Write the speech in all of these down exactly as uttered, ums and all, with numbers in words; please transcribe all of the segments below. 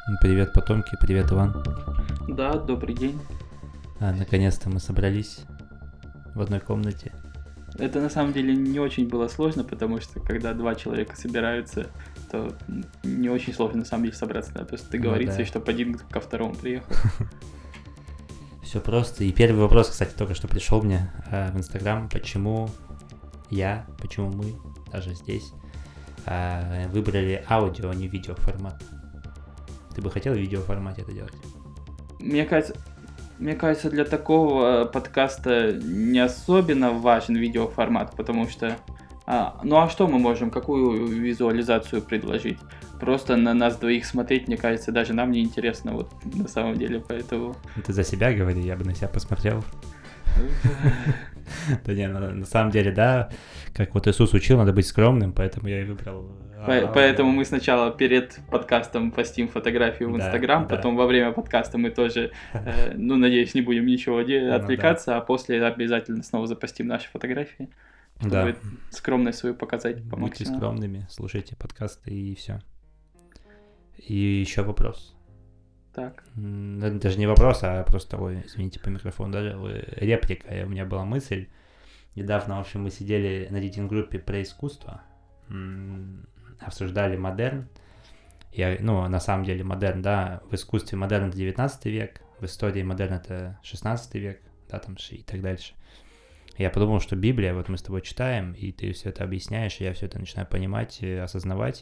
Привет, потомки, привет, Иван. Да, добрый день. А, наконец-то мы собрались в одной комнате. Это на самом деле не очень было сложно, потому что когда два человека собираются, то не очень сложно на самом деле собраться. Надо просто договориться, Ну, да. и чтобы один ко второму приехал. Все просто. И первый вопрос, кстати, только что пришел мне э, в Инстаграм. Почему я, почему мы, даже здесь, э, выбрали аудио, а не видеоформат? Ты бы хотел в видеоформате это делать? Мне кажется, мне кажется, для такого подкаста не особенно важен видеоформат, потому что... А, ну а что мы можем, какую визуализацию предложить? Просто на нас двоих смотреть, мне кажется, даже нам не интересно, вот на самом деле, поэтому... Ты за себя говори, я бы на себя посмотрел. Да не, на самом деле, да, как вот Иисус учил, надо быть скромным, поэтому я и выбрал. Поэтому мы сначала перед подкастом постим фотографию в Инстаграм, потом во время подкаста мы тоже, ну, надеюсь, не будем ничего отвлекаться, а после обязательно снова запостим наши фотографии, чтобы скромность свою показать по максимуму. Будьте скромными, слушайте подкасты и все. И еще вопрос. Так. Это даже не вопрос, а просто, ой, извините по микрофону, даже реплика. У меня была мысль. Недавно, в общем, мы сидели на рейтинг-группе про искусство, обсуждали модерн. Я, ну, на самом деле, модерн, да, в искусстве модерн это девятнадцатый век, в истории модерн это шестнадцатый век, да, там и так дальше. Я подумал, что Библия, вот мы с тобой читаем, и ты все это объясняешь, и я все это начинаю понимать, осознавать.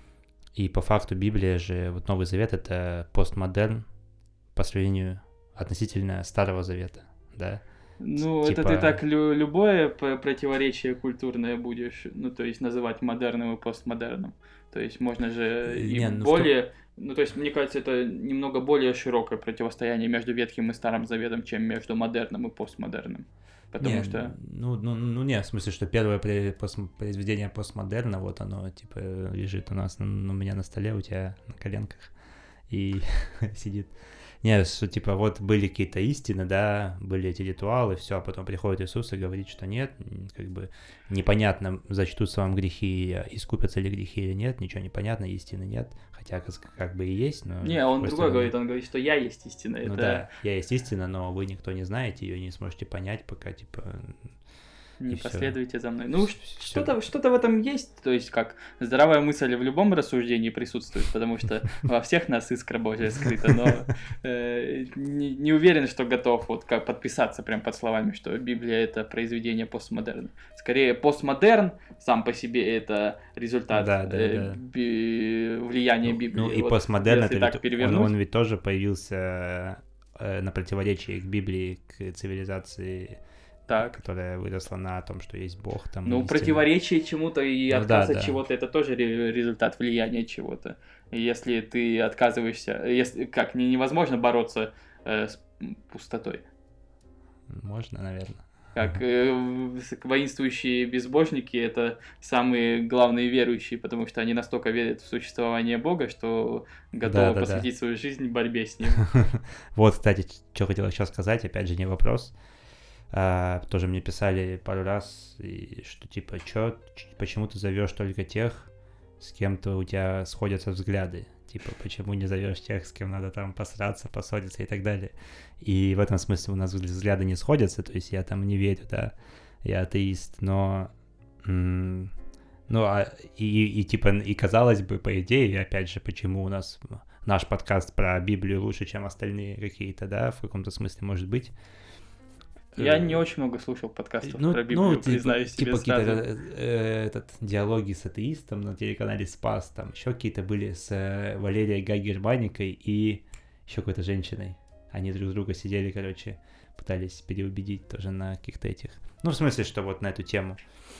И по факту Библия же, вот Новый Завет, это постмодерн по сравнению относительно Старого Завета, да? Ну, типа... это ты так лю- любое противоречие культурное будешь, ну, то есть называть модерным и постмодерном. То есть можно же и Не, ну более... Том... Ну, то есть, мне кажется, это немного более широкое противостояние между Ветхим и Старым Заветом, чем между модерном и постмодерном. Потому не, что... Ну, ну, ну, не, в смысле, что первое произведение постмодерна, вот оно, типа, лежит у нас, ну, у меня на столе, у тебя на коленках, и сидит. Не, что, типа, вот были какие-то истины, да, были эти ритуалы, все, а потом приходит Иисус и говорит, что нет, как бы непонятно, зачтутся вам грехи, искупятся ли грехи или нет, ничего не понятно, истины нет, хотя как бы и есть, но... Не, он другой говорит, он говорит, что я есть истина. Ну это... да, я есть истина, но вы никто не знаете, ее не сможете понять, пока, типа... Не последуйте за мной. Ну, что-то, что-то в этом есть, то есть как здравая мысль в любом рассуждении присутствует, потому что во всех нас искра Божья скрыта, но э, не, не уверен, что готов вот как подписаться прям под словами, что Библия это произведение постмодерна. Скорее, постмодерн сам по себе это результат да, да, э, да. Би- влияния ну, Библии. Ну и вот, постмодерн, это так ведь, он, он ведь тоже появился э, на противоречии к Библии, к цивилизации, так. которая выросла на том, что есть Бог. Там, ну, противоречие чему-то и ну, отказ да, от да. чего-то, это тоже результат влияния чего-то. И если ты отказываешься, если как невозможно бороться э, с пустотой. Можно, наверное. Как э, воинствующие безбожники — это самые главные верующие, потому что они настолько верят в существование Бога, что готовы да, посвятить да, да. свою жизнь борьбе с ним. Вот, кстати, что хотел еще сказать, опять же, не вопрос. Uh, тоже мне писали пару раз, и, что типа, чё, почему ты зовешь только тех, с кем-то у тебя сходятся взгляды, типа, почему не зовешь тех, с кем надо там посраться, поссориться и так далее. И в этом смысле у нас взгляды не сходятся, то есть я там не верю, да, я атеист, но, м- ну, а, и, и типа, и казалось бы, по идее, опять же, почему у нас наш подкаст про Библию лучше, чем остальные какие-то, да, в каком-то смысле может быть. Я не очень много слушал подкастов ну, про Библию, ну, признаюсь типа, тебе типа сразу. какие-то э, этот, диалоги с атеистом на телеканале Спас, там еще какие-то были с э, Валерией Гай Германикой и еще какой-то женщиной. Они друг друга сидели, короче, пытались переубедить тоже на каких-то этих... Ну, в смысле, что вот на эту тему,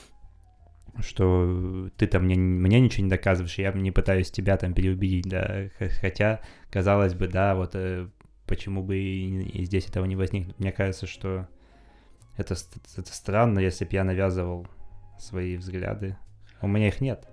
что ты там мне, мне ничего не доказываешь, я не пытаюсь тебя там переубедить, да, хотя, казалось бы, да, вот э, почему бы и, и здесь этого не возникнет. Мне кажется, что Это, это странно, если бы я навязывал свои взгляды. У меня их нет.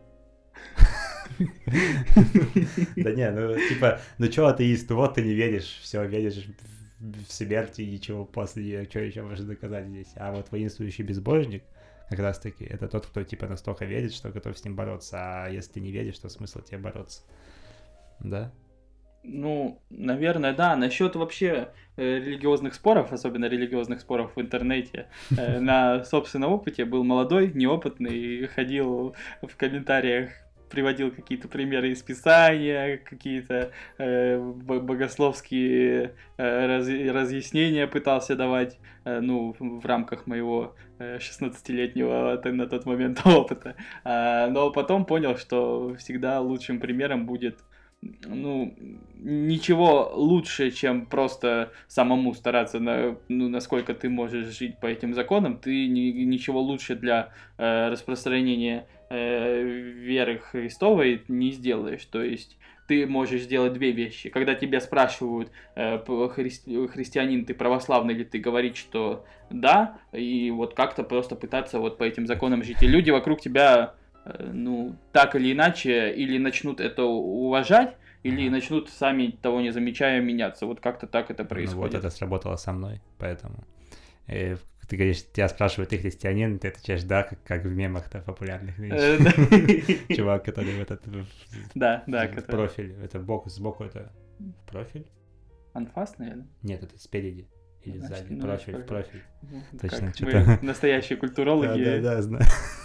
Да не, ну типа, ну чё атеист, вот ты не веришь, все, веришь в смерть и ничего после, что еще можно доказать здесь. А вот воинствующий безбожник, как раз таки, это тот, кто типа настолько верит, что готов с ним бороться. А если ты не веришь, то смысл тебе бороться. Да? Ну, наверное, да. Насчет вообще э, религиозных споров, особенно религиозных споров в интернете, э, на собственном опыте был молодой, неопытный, ходил в комментариях, приводил какие-то примеры из Писания, какие-то э, богословские э, раз, разъяснения пытался давать, э, ну, в рамках моего э, шестнадцатилетнего на тот момент опыта. А, но потом понял, что всегда лучшим примером будет, ну, ничего лучше, чем просто самому стараться, на, ну, насколько ты можешь жить по этим законам, ты ни, ничего лучше для э, распространения э, веры Христовой не сделаешь. То есть ты можешь сделать две вещи. Когда тебя спрашивают, э, хри- христианин, ты православный ли, ты говорить, что да, и вот как-то просто пытаться вот по этим законам жить. И люди вокруг тебя, ну, так или иначе, или начнут это уважать, или ага. начнут, сами того не замечая, меняться. Вот как-то так это происходит. Ну вот это сработало со мной, поэтому... И ты говоришь, тебя спрашивают, ты христианин, ты отвечаешь да, как, как в мемах-то популярных. Чувак, который в этот... Да, да. Профиль, это сбоку это профиль? Анфас, наверное? Нет, это спереди. Или Значит, сзади, ну, профиль, профиль. профиль. Ну, точно, как что-то... настоящие культурологи. Да, да, да, знаю.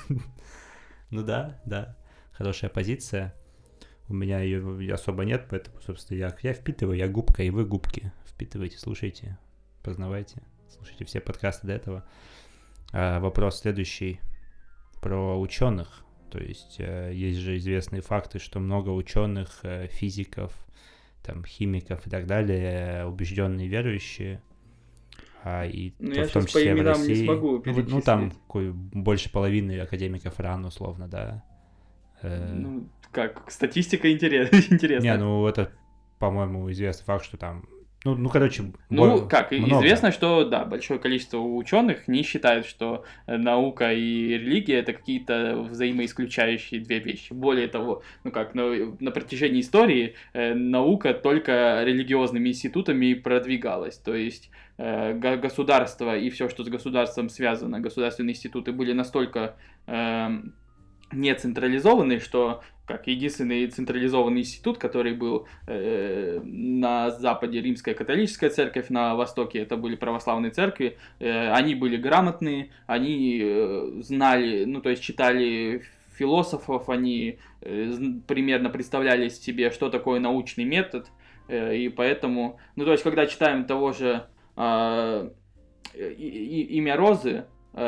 Ну да, да, хорошая позиция. У меня ее особо нет, поэтому, собственно, я, я впитываю, я губка, и вы губки. Впитывайте, слушайте, познавайте, слушайте все подкасты до этого. А, вопрос следующий про ученых. То есть э, есть же известные факты, что много ученых, э, физиков, там, химиков и так далее, убежденные верующие. А, и ну, то, я в том сейчас по числе в именам России. не смогу ну, перечислить. ну, там какой, больше половины академиков РАН, условно, да. Э... Ну, как, статистика интересная. Не, ну это, по-моему, известный факт, что там... Ну, ну короче, Ну, как, много. Известно, что, да, большое количество ученых не считают, что наука и религия — это какие-то взаимоисключающие две вещи. Более того, ну как, на, на протяжении истории э, наука только религиозными институтами продвигалась. То есть э, государство и все, что с государством связано, государственные институты были настолько... Э, не централизованный, что как единственный централизованный институт, который был э, на Западе Римская католическая церковь, на Востоке это были православные церкви, э, они были грамотные, они э, знали, ну то есть читали философов, они э, примерно представляли себе, что такое научный метод, э, и поэтому, ну то есть когда читаем того же э, и, и, имя Розы,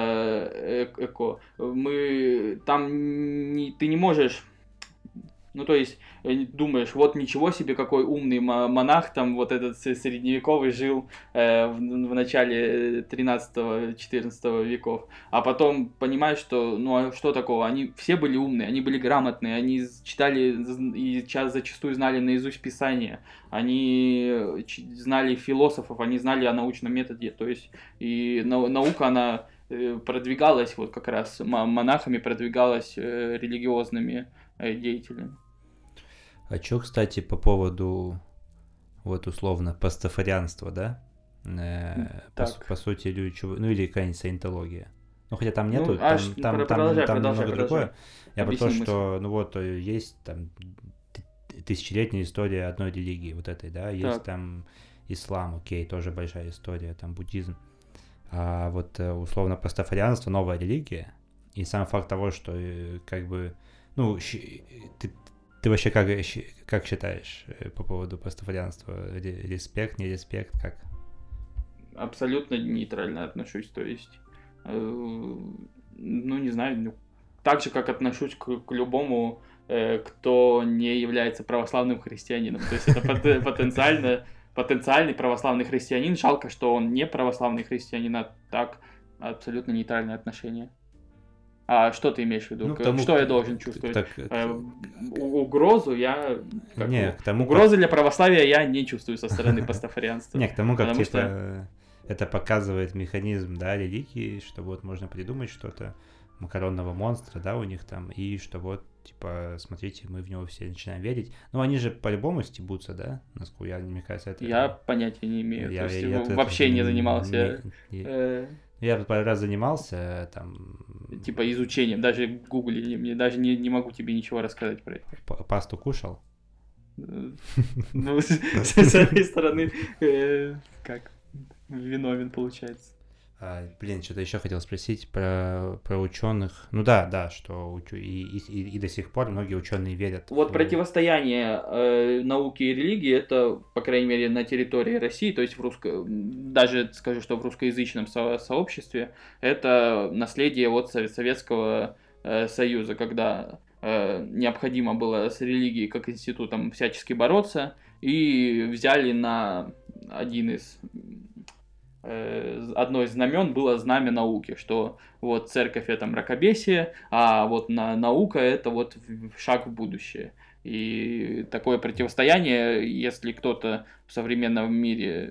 Эко, мы там не, ты не можешь, ну то есть думаешь, вот ничего себе, какой умный монах там вот этот средневековый жил э, в, в начале тринадцатого-четырнадцатого веков, а потом понимаешь, что ну а что такого, они все были умные, они были грамотные, они читали и зачастую знали наизусть Писание, они знали философов, они знали о научном методе, то есть и наука, она продвигалась вот как раз монахами, продвигалась религиозными деятелями. А что, кстати, по поводу вот условно пастафарианства, да? Э, по, по сути, люди, ну или какая-нибудь саентология. Ну хотя там нету, ну, там, аж, там, там, продолжай, там продолжай, немного продолжай. другое. Я про то, что ну вот есть там тысячелетняя история одной религии, вот этой, да, есть так. Там ислам, окей, тоже большая история, там буддизм. А вот условно пастафарианство — новая религия, и сам факт того, что как бы, ну, ты, ты вообще как, как считаешь по поводу пастафарианства? Респект, не респект, как? Абсолютно нейтрально отношусь, то есть, э, ну, не знаю, ну, так же, как отношусь к, к любому, э, кто не является православным христианином, то есть это потенциально... потенциальный православный христианин, жалко, что он не православный христианин, а так абсолютно нейтральное отношение. А что ты имеешь в виду? Ну, тому, что я должен чувствовать? Так, э, угрозу я... Как, не, к тому, угрозы как... для православия я не чувствую со стороны пастафарианства. Не, к тому, как, типа, это показывает механизм, да, религии, что вот можно придумать что-то, макаронного монстра, да, у них там, и что вот, типа, смотрите, мы в него все начинаем верить. Ну, они же по-любому стебутся, да? Насколько я, мне кажется, это... Я понятия не имею, я, то есть я, я, вообще не занимался... Не, не, э... Я пару раз занимался, там... Типа изучением, даже гуглили, мне даже не, не могу тебе ничего рассказать про это. Пасту кушал? Ну, с одной стороны, как виновен получается. А, блин, что-то еще хотел спросить про, про ученых. Ну да, да, что учу... и, и, и до сих пор многие ученые верят. Вот в... противостояние э, науки и религии, это, по крайней мере, на территории России, то есть в русско... даже скажу, что в русскоязычном со- сообществе, это наследие от Советского э, Союза, когда э, необходимо было с религией как институтом всячески бороться, и взяли на один из одно из знамен было знамя науки, что вот церковь это мракобесие, а вот на, наука это вот шаг в будущее. И такое противостояние, если кто-то в современном мире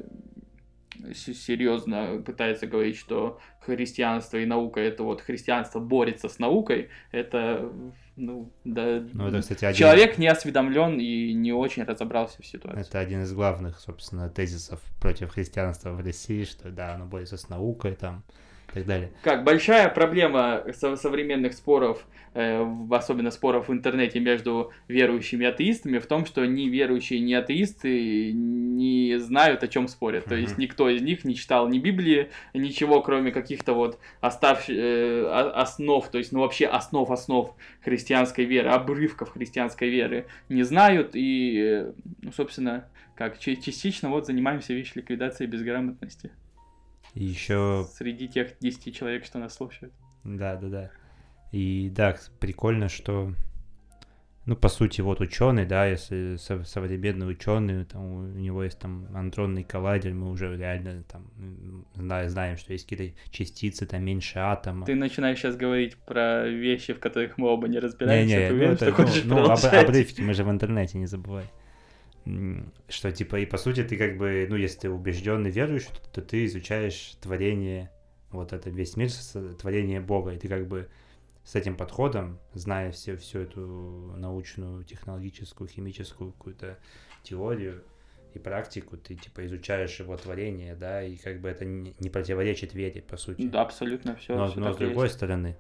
серьезно пытается говорить, что христианство и наука это вот христианство борется с наукой, это ну, да, ну, это, кстати, один... человек не осведомлен и не очень разобрался в ситуации. Это один из главных, собственно, тезисов против христианства в России, что да, оно борется с наукой там и так далее. Как большая проблема со- современных споров, э, особенно споров в интернете между верующими и атеистами, в том, что ни верующие, ни атеисты не знают, о чем спорят. Mm-hmm. То есть никто из них не читал ни Библии, ничего, кроме каких-то вот остав... э, основ, то есть ну вообще основ основ христианской веры, обрывков христианской веры не знают. И, ну, собственно, как частично вот занимаемся вещью ликвидации безграмотности. И еще... Среди тех десяти человек, что нас слушают. Да, да, да. И да, прикольно, что, ну, по сути, вот ученый, да, если современный ученый, там, у него есть там андронный коллайдер, мы уже реально там знаем, что есть какие-то частицы, там, меньше атома. Ты начинаешь сейчас говорить про вещи, в которых мы оба не разбираемся. Не-не, ты ну, уверен, это, что хочешь ну, ну, продолжать? об, обрывки, мы же в интернете, не забывай. Что, типа, и по сути ты как бы, ну, если ты убежденный верующий, то, то ты изучаешь творение, вот это весь мир, творение Бога, и ты как бы с этим подходом, зная все, всю эту научную, технологическую, химическую какую-то теорию и практику, ты, типа, изучаешь его творение, да, и как бы это не, не противоречит вере, по сути. Да, абсолютно все. Но, все но с другой есть. стороны,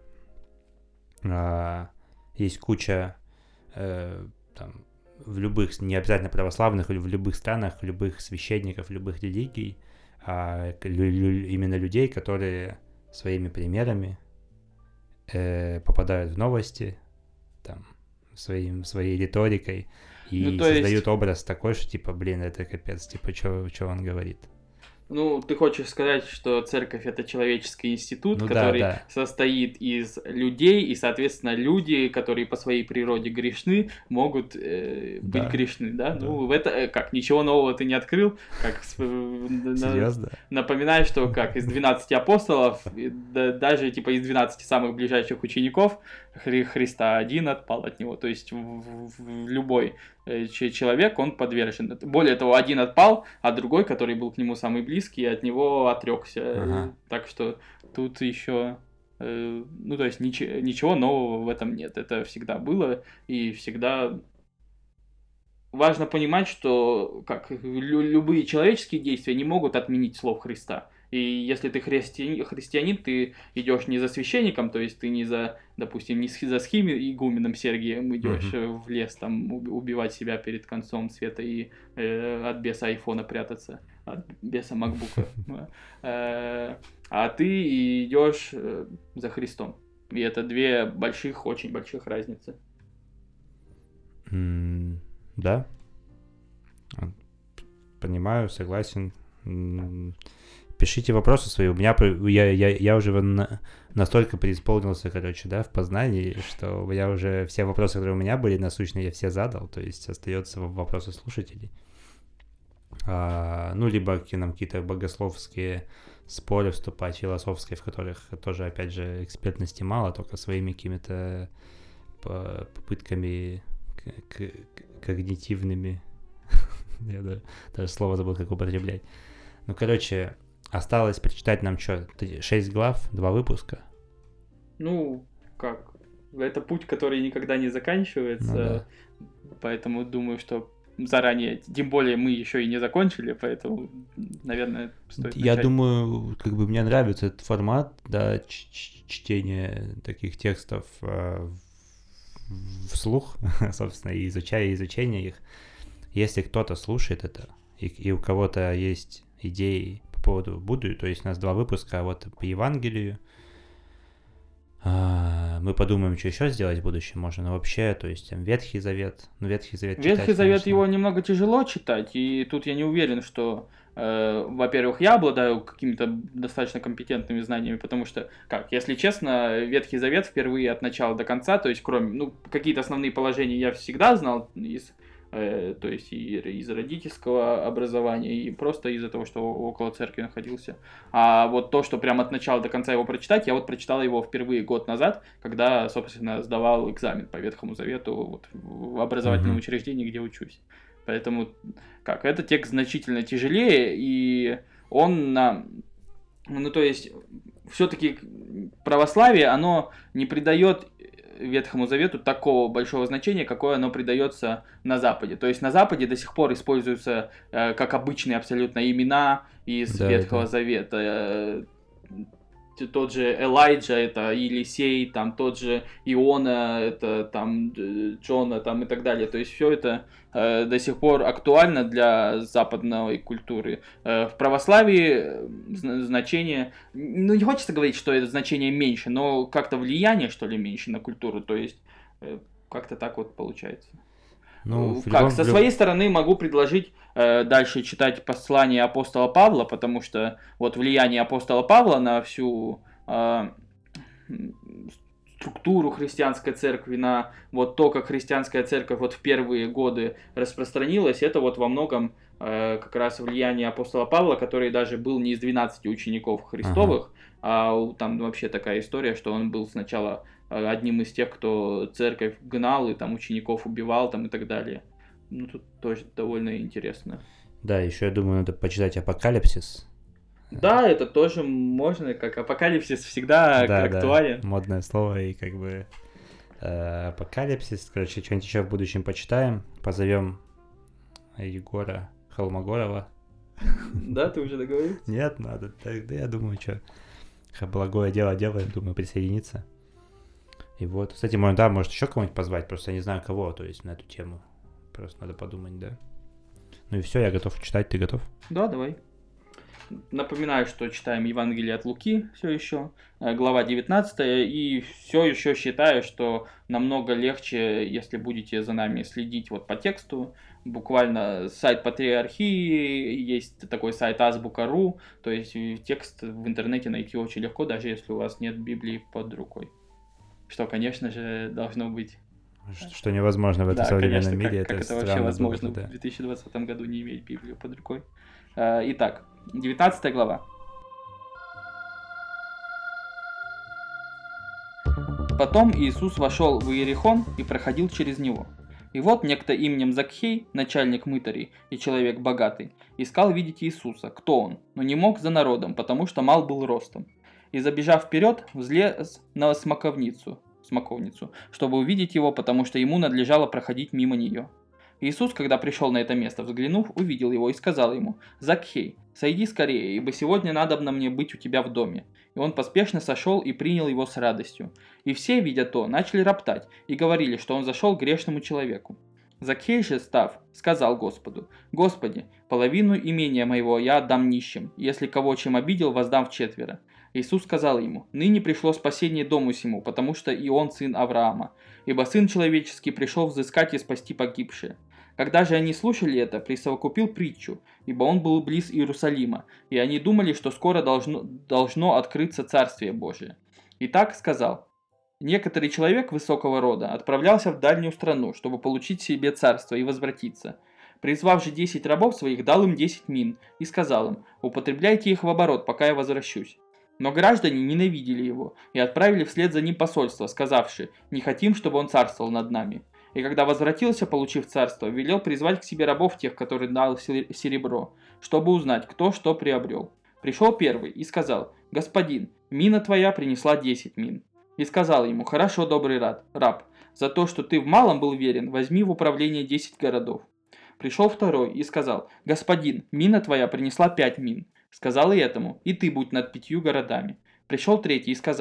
а, есть куча, э, там, в любых, не обязательно православных, или в любых странах, любых священников, любых религий, а лю- лю- именно людей, которые своими примерами э, попадают в новости, там, своим, своей риторикой, и ну, создают есть... образ такой, что, типа, блин, это капец, типа, что он говорит. Ну, ты хочешь сказать, что церковь — это человеческий институт, ну, который да, да. состоит из людей, и, соответственно, люди, которые по своей природе грешны, могут э, быть да. грешны, да? да? Ну, в это, как, ничего нового ты не открыл, как... Серьезно? Напоминаю, что, как, из двенадцати апостолов, даже, типа, из двенадцати самых ближайших учеников Хри- Христа один отпал от него, то есть в, в, в любой человек, он подвержен. Более того, один отпал, а другой, который был к нему самый близкий, от него отрекся. Ага. Так что тут еще, э, ну, то есть нич- ничего нового в этом нет. Это всегда было, и всегда важно понимать, что как лю- любые человеческие действия не могут отменить слов Христа. И если ты христианин, христианин, ты идешь не за священником, то есть ты не за, допустим, не за схими игуменом Сергием идешь uh-huh. в лес там убивать себя перед концом света и э, от беса айфона прятаться, от беса макбука, а ты идешь за Христом. И это две больших, очень больших разницы. Да. Понимаю, согласен. Пишите вопросы свои. У меня я, я, я уже на, настолько преисполнился, короче, да, в познании, что я уже все вопросы, которые у меня были насущные, я все задал. То есть остается вопросы слушателей. А, ну, либо к нам какие-то богословские споры вступать, философские, в которых тоже, опять же, экспертности мало, только своими какими-то попытками к- к- когнитивными. Я даже, даже слово забыл, как употреблять. Ну, короче, осталось прочитать нам что, шесть глав, два выпуска? Ну, как, это путь, который никогда не заканчивается, ну, да. Поэтому думаю, что заранее, тем более мы еще и не закончили, поэтому, наверное, стоит Я начать. думаю, как бы мне нравится этот формат, да, ч- ч- чтения таких текстов э, вслух, собственно, и изучая изучение их. если кто-то слушает это, и, и у кого-то есть идеи по поводу будущего, то есть у нас два выпуска вот по Евангелию, а, мы подумаем, что еще сделать в будущем можно, но вообще, то есть там Ветхий Завет, ну Ветхий Завет Ветхий читать, Завет конечно. его немного тяжело читать, и тут я не уверен, что, э, во-первых, я обладаю какими-то достаточно компетентными знаниями, потому что, как, если честно, Ветхий Завет впервые от начала до конца, то есть кроме, ну, какие-то основные положения я всегда знал из, э, то есть и из родительского образования, и просто из-за того, что около церкви находился. А вот то, что прямо от начала до конца его прочитать, я вот прочитал его впервые год назад, когда, собственно, сдавал экзамен по Ветхому Завету вот, в образовательном mm-hmm. учреждении, где учусь. Поэтому, как, этот текст значительно тяжелее, и он на... Ну, то есть, все-таки православие, оно не придает Ветхому Завету такого большого значения, какое оно придается на Западе. То есть на Западе до сих пор используются э, как обычные абсолютно имена из да, Ветхого да. Завета. Э, тот же Элайджа, это Елисей, там тот же Иона, это там Джона, там и так далее. То есть все это э, до сих пор актуально для западной культуры. Э, в православии значение, ну не хочется говорить, что это значение меньше, но как-то влияние, что ли, меньше на культуру. То есть э, как-то так вот получается. Ну, как, любом... со своей стороны могу предложить э, дальше читать послание апостола Павла, потому что вот влияние апостола Павла на всю э, структуру христианской церкви, на вот то, как христианская церковь вот в первые годы распространилась, это вот во многом э, как раз влияние апостола Павла, который даже был не из двенадцати учеников Христовых, ага. а там вообще такая история, что он был сначала одним из тех, кто церковь гнал и там учеников убивал там и так далее. Ну, тут тоже довольно интересно. Да, еще я думаю, надо почитать Апокалипсис. Да, это тоже можно, как Апокалипсис всегда да, актуален. Да, модное слово, и как бы э, Апокалипсис, короче, что-нибудь еще в будущем почитаем, позовем Егора Холмогорова. Да, ты уже договорился? Нет, надо, да я думаю, что благое дело делаем, думаю, присоединиться. И вот, кстати, можно, да, может еще кого-нибудь позвать, просто я не знаю кого, то есть на эту тему. Просто надо подумать, да. Ну и все, я готов читать, ты готов? Да, давай. Напоминаю, что читаем Евангелие от Луки все еще, глава девятнадцатая, и все еще считаю, что намного легче, если будете за нами следить вот по тексту. Буквально сайт Патриархии, есть такой сайт Азбука точка ру, то есть текст в интернете найти очень легко, даже если у вас нет Библии под рукой. Что, конечно же, должно быть... Что невозможно в этом да, современном конечно, мире. Как, это, как это вообще возможно было, да. в две тысячи двадцатом году не иметь Библию под рукой. Итак, девятнадцатая глава. Потом Иисус вошел в Иерихон и проходил через него. И вот некто именем Закхей, начальник мытарей и человек богатый, искал видеть Иисуса, кто он, но не мог за народом, потому что мал был ростом. И, забежав вперед, взлез на смоковницу, смоковницу, чтобы увидеть его, потому что ему надлежало проходить мимо нее. Иисус, когда пришел на это место, взглянув, увидел его и сказал ему: «Закхей, сойди скорее, ибо сегодня надобно мне быть у тебя в доме». И он поспешно сошел и принял его с радостью. И все, видя то, начали роптать и говорили, что он зашел к грешному человеку. Закхей же, став, сказал Господу: «Господи, половину имения моего я отдам нищим, если кого чем обидел, воздам вчетверо». Иисус сказал ему: «Ныне пришло спасение дому сему, потому что и он сын Авраама, ибо сын человеческий пришел взыскать и спасти погибшие». Когда же они слушали это, присовокупил притчу, ибо он был близ Иерусалима, и они думали, что скоро должно, должно открыться Царствие Божие. И так сказал: «Некоторый человек высокого рода отправлялся в дальнюю страну, чтобы получить себе царство и возвратиться. Призвав же десять рабов своих, дал им десять мин и сказал им: употребляйте их в оборот, пока я возвращусь». Но граждане ненавидели его и отправили вслед за ним посольство, сказавши: «Не хотим, чтобы он царствовал над нами». И когда возвратился, получив царство, велел призвать к себе рабов тех, которые дал серебро, чтобы узнать, кто что приобрел. Пришел первый и сказал: «Господин, мина твоя принесла десять мин». И сказал ему: «Хорошо, добрый раб, за то, что ты в малом был верен, возьми в управление десять городов». Пришел второй и сказал: «Господин, мина твоя принесла пять мин». Сказал и этому: «И ты будь над пятью городами». Пришел третий и сказал: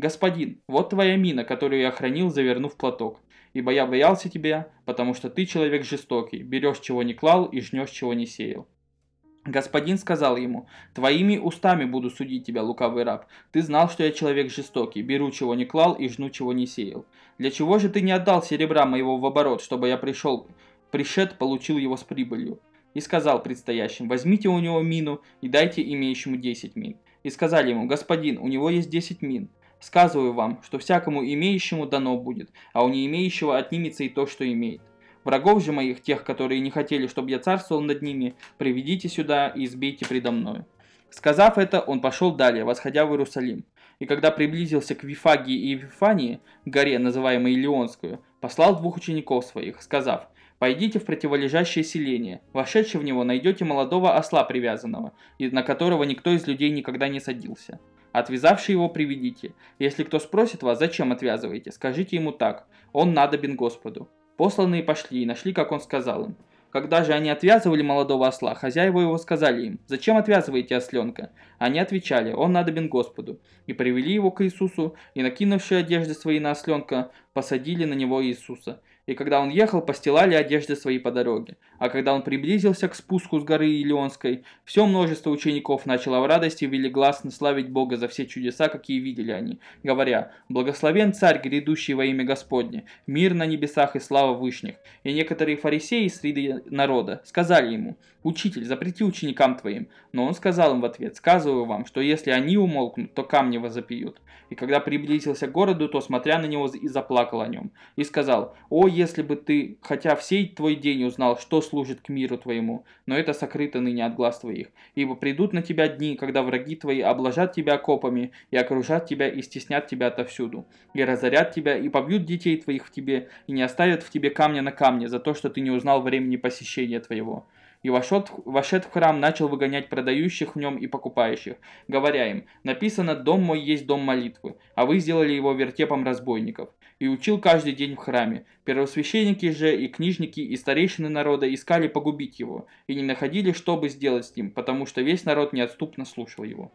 «Господин, вот твоя мина, которую я хранил, завернув платок. Ибо я боялся тебя, потому что ты человек жестокий, берешь, чего не клал, и жнешь, чего не сеял». Господин сказал ему: «Твоими устами буду судить тебя, лукавый раб. Ты знал, что я человек жестокий, беру, чего не клал, и жну, чего не сеял. Для чего же ты не отдал серебра моего в оборот, чтобы я пришел, пришед, получил его с прибылью?» И сказал предстоящим: «Возьмите у него мину и дайте имеющему десять мин». И сказали ему: «Господин, у него есть десять мин. Сказываю вам, что всякому имеющему дано будет, а у не имеющего отнимется и то, что имеет. Врагов же моих, тех, которые не хотели, чтобы я царствовал над ними, приведите сюда и избейте предо мною». Сказав это, он пошел далее, восходя в Иерусалим. И когда приблизился к Вифагии и Вифании, горе, называемой Илионскую, послал двух учеников своих, сказав: «Пойдите в противолежащее селение. Вошедши в него, найдете молодого осла привязанного, на которого никто из людей никогда не садился. Отвязавши его, приведите. Если кто спросит вас, зачем отвязываете, скажите ему так: он надобен Господу». Посланные пошли и нашли, как он сказал им. Когда же они отвязывали молодого осла, хозяева его сказали им: «Зачем отвязываете осленка?» Они отвечали: «Он надобен Господу». И привели его к Иисусу, и, накинувши одежды свои на осленка, посадили на него Иисуса. И когда он ехал, постилали одежды свои по дороге. А когда он приблизился к спуску с горы Илионской, все множество учеников начало в радости велигласно славить Бога за все чудеса, какие видели они, говоря: «Благословен Царь, грядущий во имя Господне, мир на небесах и слава вышних». И некоторые фарисеи среди народа сказали ему: «Учитель, запрети ученикам твоим». Но он сказал им в ответ: «Сказываю вам, что если они умолкнут, то камни возопьют». И когда приблизился к городу, то, смотря на него, и заплакал о нем. И сказал: «О, если бы ты, хотя в сей твой день, узнал, что служит к миру твоему, но это сокрыто ныне от глаз твоих. Ибо придут на тебя дни, когда враги твои обложат тебя окопами, и окружат тебя, и стеснят тебя отовсюду, и разорят тебя, и побьют детей твоих в тебе, и не оставят в тебе камня на камне за то, что ты не узнал времени посещения твоего». И вошед, вошед в храм, начал выгонять продающих в нем и покупающих, говоря им: «Написано: дом мой есть дом молитвы, а вы сделали его вертепом разбойников». И учил каждый день в храме. Первосвященники же и книжники и старейшины народа искали погубить его, и не находили, что бы сделать с ним, потому что весь народ неотступно слушал его.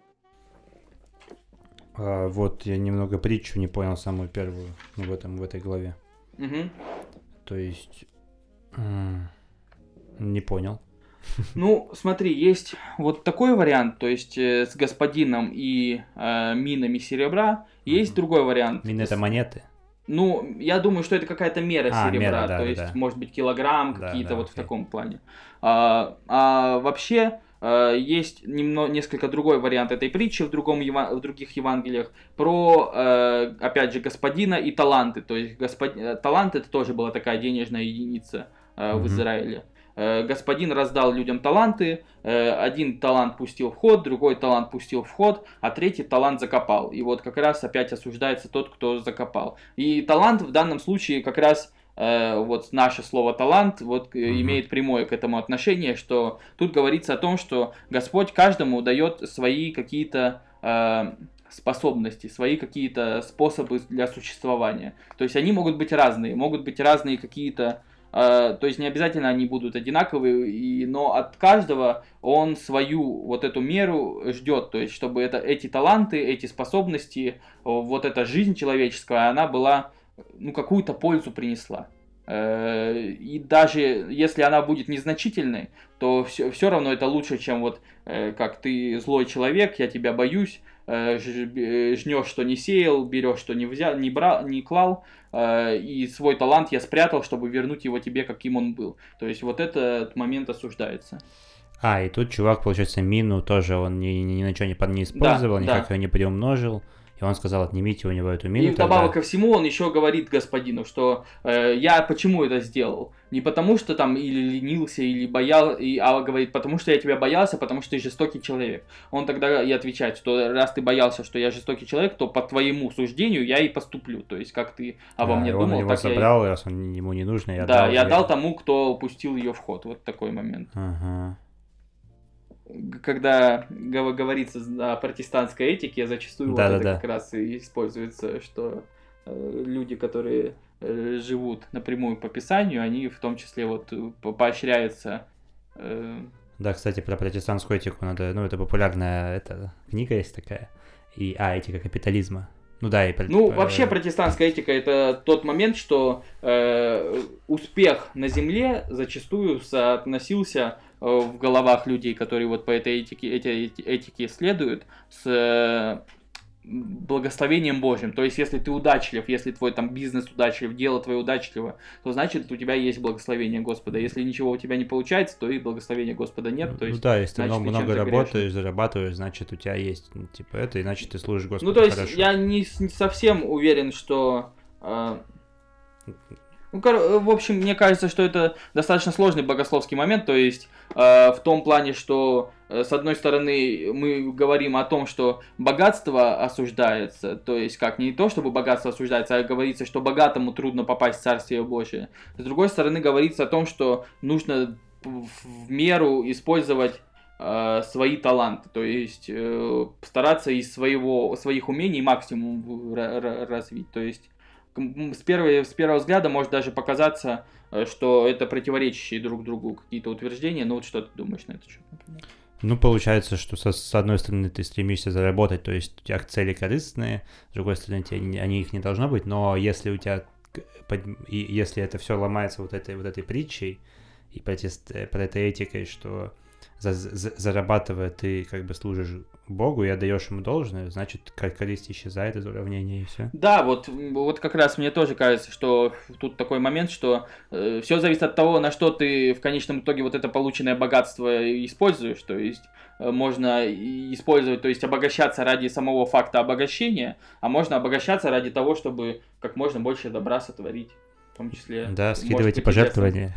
А, вот я немного притчу не понял, самую первую в, этом, в этой главе. Угу. То есть... Не понял. Ну, смотри, есть вот такой вариант, то есть э, с господином и э, минами серебра. Есть mm-hmm. другой вариант. Мины это монеты? Ну, я думаю, что это какая-то мера а, серебра, мера, да, то да, есть, да. может быть, килограмм, да, какие-то да, вот окей. в таком плане. А, а вообще, а, есть немного, несколько другой вариант этой притчи в, другом, в других Евангелиях про, а, опять же, господина и таланты. То есть, господ... талант это тоже была такая денежная единица а, mm-hmm. в Израиле. Господин раздал людям таланты, один талант пустил в ход, другой талант пустил в ход, а третий талант закопал. И вот как раз опять осуждается тот, кто закопал. И талант в данном случае как раз, вот наше слово талант, вот mm-hmm. имеет прямое к этому отношение, что тут говорится о том, что Господь каждому дает свои какие-то способности, свои какие-то способы для существования. То есть они могут быть разные, могут быть разные какие-то. Uh, то есть не обязательно они будут одинаковые, и, но от каждого он свою вот эту меру ждет, то есть чтобы это, эти таланты, эти способности, вот эта жизнь человеческая, она была, ну, какую-то пользу принесла. Uh, и даже если она будет незначительной, то все, все равно это лучше, чем вот uh, как ты злой человек, я тебя боюсь, жнешь, что не сеял, берешь, что не взял, не брал, не клал, и свой талант я спрятал, чтобы вернуть его тебе, каким он был. То есть вот этот момент осуждается. А, и тут чувак, получается, мину тоже он ни, ни, ни на что не, не использовал, да, никак да. ее не приумножил. И он сказал: отнимите у него эту мину. И вдобавок ко всему он еще говорит господину, что э, я почему это сделал? Не потому что там или ленился, или боялся, а говорит: потому что я тебя боялся, потому что ты жестокий человек. Он тогда и отвечает, что раз ты боялся, что я жестокий человек, то по твоему суждению я и поступлю. То есть как ты обо а, мне он думал, его так забрал, я... раз он ему не нужно, я да, дал. я дал тому, кто пустил ее в ход. Вот такой момент. Ага. Когда говорится о протестантской этике, зачастую да, вот да, это да. как раз и используется, что э, люди, которые э, живут напрямую по Писанию, они в том числе вот поощряются. Э... Да, кстати, про протестантскую этику надо, ну это популярная эта книга есть такая, и а этика капитализма. Ну да, и... Ну, вообще протестантская этика — это тот момент, что э, успех на земле зачастую соотносился э, в головах людей, которые вот по этой этике, эти, этике следуют, с э, благословением Божьим. То есть, если ты удачлив, если твой там бизнес удачлив, дело твое удачливо, то значит у тебя есть благословение Господа. Если ничего у тебя не получается, то и благословения Господа нет. То есть, ну да, если значит, ты много, много работаешь, грешный. Зарабатываешь, значит у тебя есть ну, типа это, иначе ты служишь Господу. Ну то есть хорошо. Я не, не совсем уверен, что... Э, Ну, в общем, мне кажется, что это достаточно сложный богословский момент, то есть э, в том плане, что э, с одной стороны мы говорим о том, что богатство осуждается, то есть как не то, чтобы богатство осуждается, а говорится, что богатому трудно попасть в Царствие Божие. С другой стороны говорится о том, что нужно в меру использовать э, свои таланты, то есть э, стараться из своего, своих умений максимум развить, то есть С, первой, с первого взгляда может даже показаться, что это противоречащие друг другу какие-то утверждения. Но вот что ты думаешь на этот счет, например? Ну, получается, что со, с одной стороны ты стремишься заработать, то есть у тебя цели корыстные, с другой стороны тебе, они их не должно быть, но если у тебя, и если это все ломается вот этой, вот этой притчей и протест, про этой этикой, что за, за, зарабатывая ты как бы служишь Богу и отдаешь ему должное, значит, корысть исчезает из уравнения и все. Да, вот, вот как раз мне тоже кажется, что тут такой момент, что э, все зависит от того, на что ты в конечном итоге вот это полученное богатство используешь, то есть э, можно использовать, то есть обогащаться ради самого факта обогащения, а можно обогащаться ради того, чтобы как можно больше добра сотворить. В том числе... Да, скидывайте пожертвования.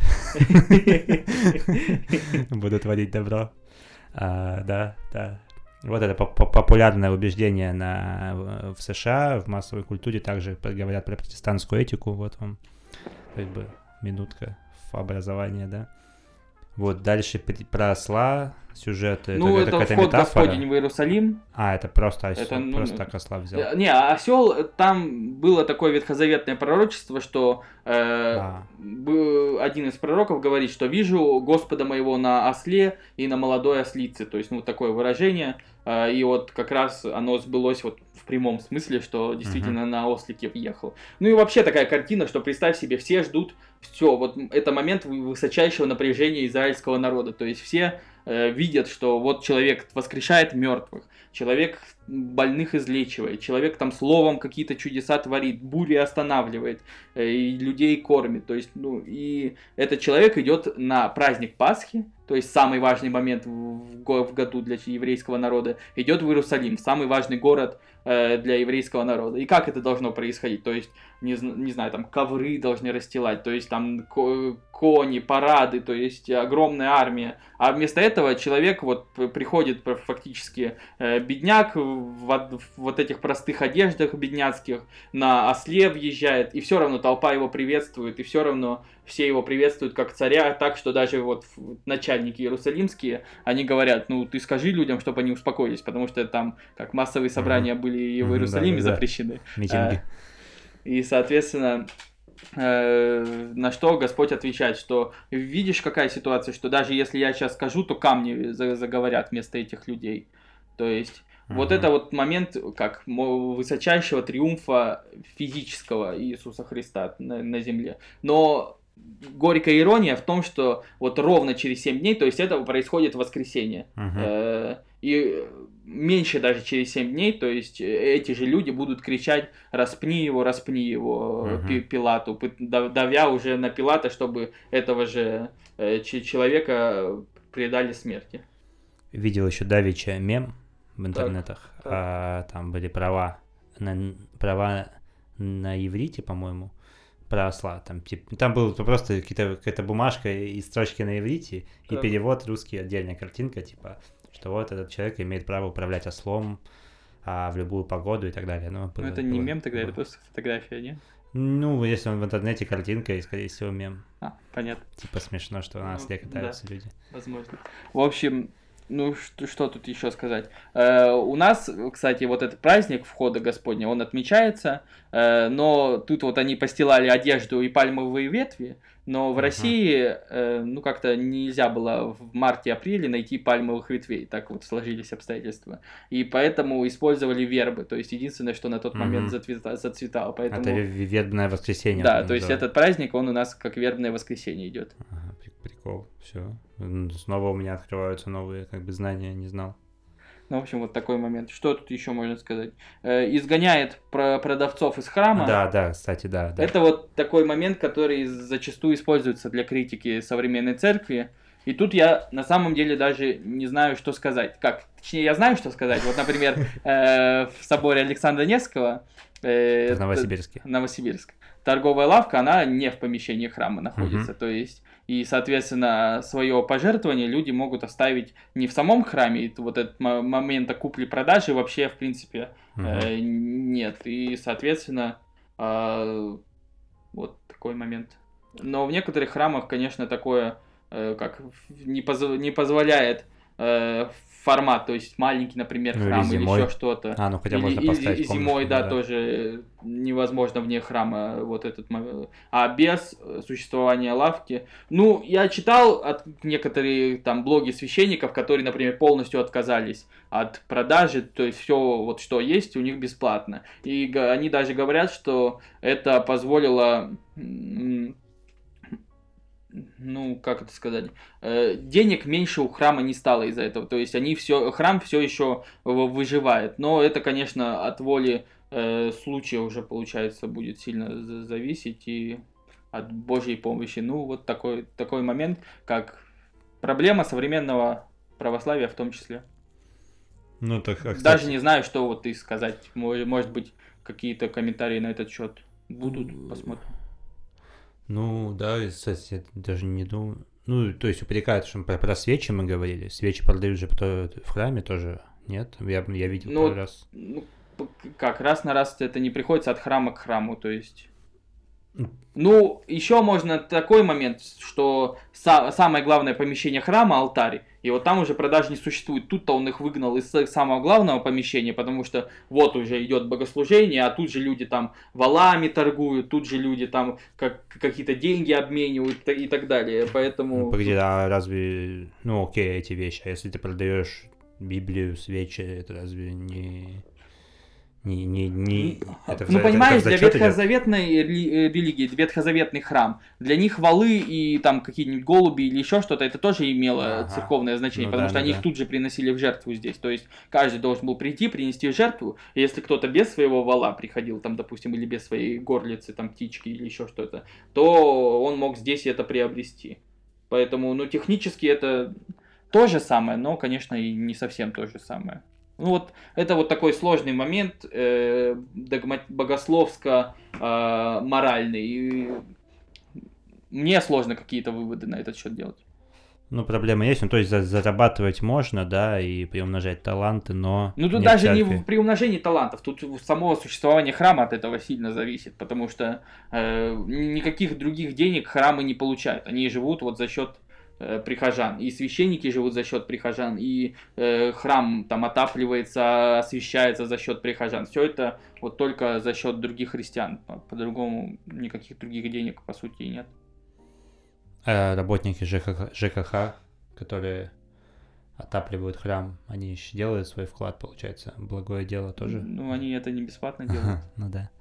Буду творить добро. А, да, да. Вот это популярное убеждение на, в США, в массовой культуре, также говорят про протестантскую этику. Вот вам как бы минутка в образовании, да. Вот дальше про осла сюжеты. Ну, это, это вход Господень в Иерусалим. А, это просто осел, это, ну, просто так осла взял. Не, осел, там было такое ветхозаветное пророчество, что э, а. один из пророков говорит, что вижу Господа моего на осле и на молодой ослице. То есть, ну, такое выражение. Э, и вот как раз оно сбылось вот в прямом смысле, что действительно uh-huh. на ослике въехал. Ну и вообще такая картина, что представь себе, все ждут, все, вот это момент высочайшего напряжения израильского народа. То есть все э, видят, что вот человек воскрешает мертвых, человек больных излечивает, человек там словом какие-то чудеса творит, бури останавливает, э, и людей кормит. То есть, ну, и этот человек идет на праздник Пасхи, то есть самый важный момент в, в году для еврейского народа, идет в Иерусалим, самый важный город э, для еврейского народа. И как это должно происходить? То есть, не, не знаю, там ковры должны расстилать, то есть там кони, парады, то есть огромная армия. А вместо этого человек вот приходит фактически э, бедняк в, в вот этих простых одеждах бедняцких, на осле въезжает, и все равно толпа его приветствует, и все равно все его приветствуют как царя, так что даже вот начальники иерусалимские, они говорят, ну ты скажи людям, чтобы они успокоились, потому что там как массовые собрания mm-hmm. были и в Иерусалиме mm-hmm, да, запрещены. Да. А, и, соответственно, э, на что Господь отвечает, что видишь, какая ситуация, что даже если я сейчас скажу, то камни заговорят вместо этих людей. То есть mm-hmm. вот это вот момент как высочайшего триумфа физического Иисуса Христа на, на земле. Но горькая ирония в том, что вот ровно через семь дней, то есть это происходит в воскресенье. Uh-huh. И меньше даже через семь дней, то есть эти же люди будут кричать «распни его, распни его» uh-huh. Пилату, давя уже на Пилата, чтобы этого же человека предали смерти. Видел еще давеча мем в интернетах, так, так. А, там были права на, права на иврите, по-моему, про осла. Там, типа, там была просто какая-то бумажка и строчки на иврите, и так. перевод русский, отдельная картинка, типа, что вот этот человек имеет право управлять ослом а, в любую погоду и так далее. Ну, было, ну это не было, мем тогда, было. Это просто фотография, не? Ну, если он в интернете картинка, и, скорее всего, мем. А, понятно. Типа смешно, что на осле катаются да, люди. Возможно. В общем, Ну, что, что тут еще сказать? Э, у нас, кстати, вот этот праздник Входа Господня, он отмечается, э, но тут вот они постилали одежду и пальмовые ветви, но в uh-huh. России, э, ну, как-то нельзя было в марте-апреле найти пальмовых ветвей, так вот сложились обстоятельства. И поэтому использовали вербы, то есть единственное, что на тот uh-huh. момент зацвета- зацветало. Поэтому... Это вербное воскресенье. Да, то есть да. этот праздник, он у нас как вербное воскресенье идет. Ага, прикол, все. Снова у меня открываются новые как бы знания, не знал. Ну, в общем, вот такой момент. Что тут еще можно сказать? Э, изгоняет про- продавцов из храма. Да, да, кстати, да, да. Это вот такой момент, который зачастую используется для критики современной церкви. И тут я на самом деле даже не знаю, что сказать. Как? Точнее, я знаю, что сказать. Вот, например, э, в соборе Александра Невского... Э, в Новосибирске. Новосибирск. Торговая лавка, она не в помещении храма находится. Uh-huh. То есть... И, соответственно, свое пожертвование люди могут оставить не в самом храме. И вот этот момент купли-продажи вообще, в принципе, uh-huh. э, нет. И, соответственно, э, вот такой момент. Но в некоторых храмах, конечно, такое, э, как не, поз- не позволяет э, формат, то есть маленький, например, храм ну, или, или еще что-то. А, ну хотя или, можно поставить и, зимой, да, да, тоже невозможно вне храма вот этот момент. А без существования лавки. Ну, я читал от некоторые там блоги священников, которые, например, полностью отказались от продажи, то есть все вот что есть у них бесплатно. И они даже говорят, что это позволило... ну, как это сказать, э, денег меньше у храма не стало из-за этого, то есть они все, храм все еще выживает, но это, конечно, от воли э, случая уже, получается, будет сильно зависеть и от Божьей помощи. Ну, вот такой, такой момент, как проблема современного православия в том числе. Ну, так, а, кстати... Даже не знаю, что вот ты сказать, может быть, какие-то комментарии на этот счет будут, посмотрим. Ну, да, кстати, я даже не думаю. Ну, то есть упрекают, что про, про свечи мы говорили. Свечи продают же в храме тоже, нет? Я, я видел ну, пару раз. Ну, как, раз на раз это не приходится от храма к храму, то есть... Ну, еще можно такой момент, что са- самое главное помещение храма – алтарь, и вот там уже продаж не существует. Тут-то он их выгнал из самого главного помещения, потому что вот уже идет богослужение, а тут же люди там валами торгуют, тут же люди там как, какие-то деньги обменивают и так далее, поэтому... Ну, погоди, а разве... Ну, окей, эти вещи, а если ты продаешь Библию, свечи, это разве не... Не, не, не... Это, ну, это, понимаешь, это для ветхозаветной религии, ветхозаветный храм, для них валы и там какие-нибудь голуби или еще что-то, это тоже имело ага. церковное значение, ну, потому да, что ну, они да. их тут же приносили в жертву здесь. То есть каждый должен был прийти, принести в жертву, и если кто-то без своего вала приходил, там, допустим, или без своей горлицы, там, птички или еще что-то, то он мог здесь это приобрести. Поэтому, ну, технически это то же самое, но, конечно, и не совсем то же самое. Ну вот, это вот такой сложный момент, э, догма- богословско-моральный. И мне сложно какие-то выводы на этот счет делать. Ну, проблема есть, ну, то есть зарабатывать можно, да, и приумножать таланты, но... Ну, тут даже не в приумножении талантов, тут само существование храма от этого сильно зависит, потому что э, никаких других денег храмы не получают, они живут вот за счет... прихожан, и священники живут за счет прихожан, и э, храм там отапливается, освещается за счет прихожан. Все это вот только за счет других христиан. По-другому никаких других денег, по сути, и нет. А работники ЖКХ, ЖКХ, которые отапливают храм, они еще делают свой вклад, получается, благое дело тоже? Ну, они это не бесплатно делают. Ну да.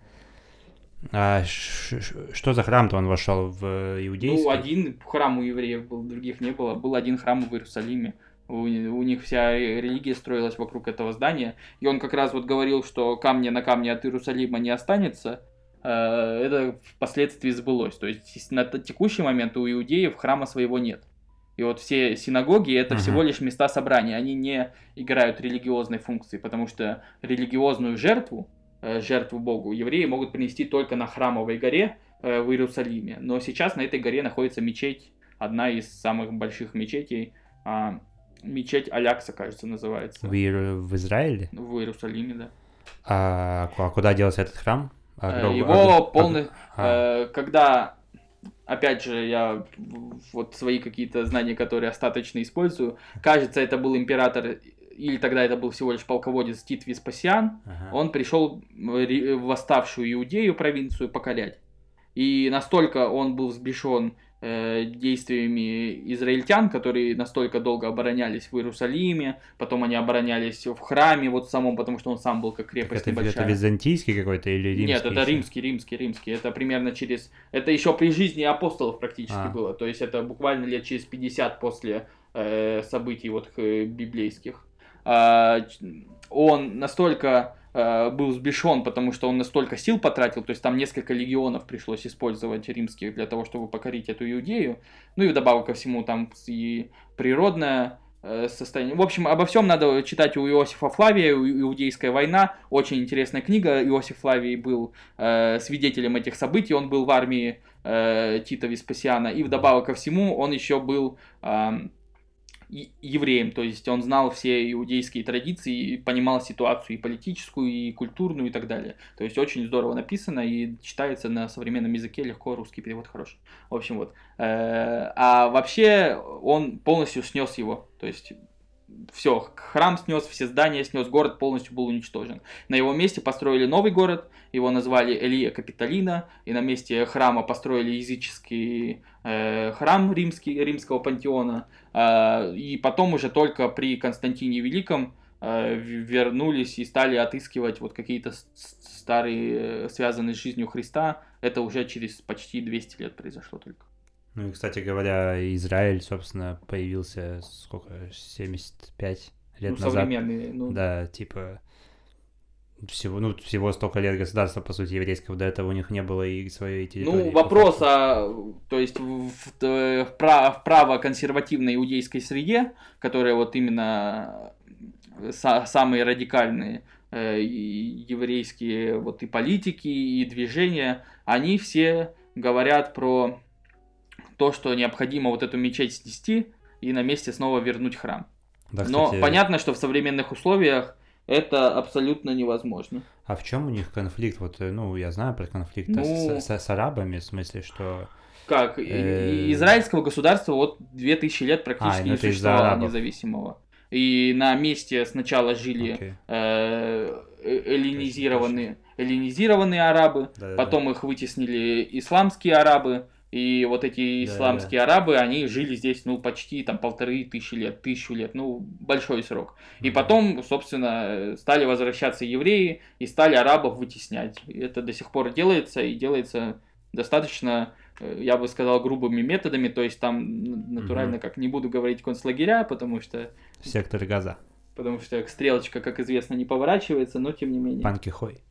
А ш- ш- что за храм-то он вошел в иудейский? Ну, один храм у евреев был, других не было. Был один храм в Иерусалиме. У, у них вся религия строилась вокруг этого здания. И он как раз вот говорил, что камня на камне от Иерусалима не останется. Это впоследствии сбылось. То есть на текущий момент у иудеев храма своего нет. И вот все синагоги это uh-huh. всего лишь места собрания. Они не играют религиозной функции, потому что религиозную жертву жертву Богу евреи могут принести только на Храмовой горе э, в Иерусалиме. Но сейчас на этой горе находится мечеть, одна из самых больших мечетей, э, мечеть Алякса, кажется, называется. В, Иер... в Израиле? В Иерусалиме, да. А, а куда делся этот храм? А, Его а, полный... А... Э, когда опять же, я вот свои какие-то знания, которые остаточно использую, кажется, это был император, или тогда это был всего лишь полководец Тит Веспасиан, ага. Он пришел в восставшую Иудею провинцию покорять. И настолько он был взбешен э, действиями израильтян, которые настолько долго оборонялись в Иерусалиме, потом они оборонялись в храме вот самом, потому что он сам был как крепость так это, небольшая. Это византийский какой-то или римский? Нет, это еще? римский, римский, римский. Это примерно через... Это еще при жизни апостолов практически а. было. То есть это буквально лет через пятьдесят после э, событий вот э, библейских. Э, он настолько... был взбешен, потому что он настолько сил потратил, то есть там несколько легионов пришлось использовать римских для того, чтобы покорить эту Иудею, ну и вдобавок ко всему там и природное состояние. В общем, обо всем надо читать у Иосифа Флавия, «Иудейская война», очень интересная книга. Иосиф Флавий был э, свидетелем этих событий, он был в армии э, Тита Веспасиана, и вдобавок ко всему он еще был... Э, евреем, то есть он знал все иудейские традиции, понимал ситуацию и политическую, и культурную, и так далее. То есть очень здорово написано и читается на современном языке легко, русский перевод хороший. В общем, вот. А вообще он полностью снес его, то есть все, храм снес, все здания снес, город полностью был уничтожен. На его месте построили новый город, его назвали Элия Капитолина, и на месте храма построили языческий э, храм римский, римского пантеона, э, и потом уже только при Константине Великом э, вернулись и стали отыскивать вот какие-то старые, связанные с жизнью Христа. Это уже через почти двести лет произошло только. Ну и, кстати говоря, Израиль, собственно, появился сколько, семьдесят пять лет ну, назад. Современный, ну... Да, типа, всего, ну, всего столько лет государства, по сути, еврейского, до этого у них не было и своей территории. Ну, вопрос, а, то есть в, в, в, в право-консервативной иудейской среде, которая вот именно са, самые радикальные э, еврейские вот и политики, и движения, они все говорят про... то, что необходимо вот эту мечеть снести и на месте снова вернуть храм. Да, кстати... Но понятно, что в современных условиях это абсолютно невозможно. А в чем у них конфликт? Вот, ну, я знаю про конфликт ну... с, с, с арабами, в смысле, что... Как? Э... Израильского государства вот две тысячи лет практически а, не существовало независимого. И на месте сначала жили okay. э, эллинизированные, эллинизированные арабы, да, потом да. их вытеснили исламские арабы. И вот эти исламские да, да. арабы, они жили здесь, ну, почти там полторы тысячи лет, тысячу лет, ну, большой срок. Mm-hmm. И потом, собственно, стали возвращаться евреи и стали арабов вытеснять. И это до сих пор делается, и делается достаточно, я бы сказал, грубыми методами, то есть там натурально, mm-hmm. как не буду говорить концлагеря, потому что... Сектор Газа. Потому что стрелочка, как известно, не поворачивается, но тем не менее. Панки Хой.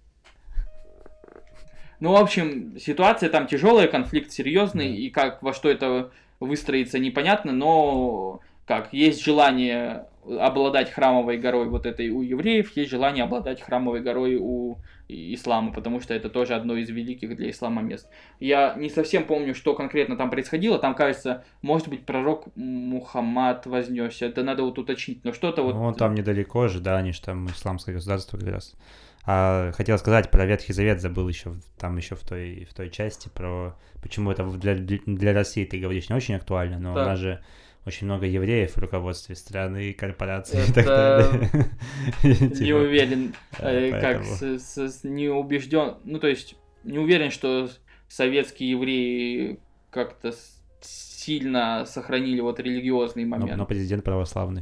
Ну, в общем, ситуация там тяжелая, конфликт серьезный, и как во что это выстроится, непонятно, но как есть желание обладать храмовой горой вот этой у евреев, есть желание обладать храмовой горой у ислама, потому что это тоже одно из великих для ислама мест. Я не совсем помню, что конкретно там происходило, там, кажется, может быть, пророк Мухаммад вознесся, это надо вот уточнить, но что-то вот... Ну, он там недалеко же, да, они же там исламское государство как раз... А хотел сказать про Ветхий Завет, забыл еще там еще в той, в той части про почему это для, для России, ты говоришь, не очень актуально, но да. у нас же очень много евреев в руководстве страны, корпораций это... и так далее. Не уверен, как не убежден, ну то есть не уверен, что советские евреи как-то сильно сохранили вот религиозный момент. Но президент православный.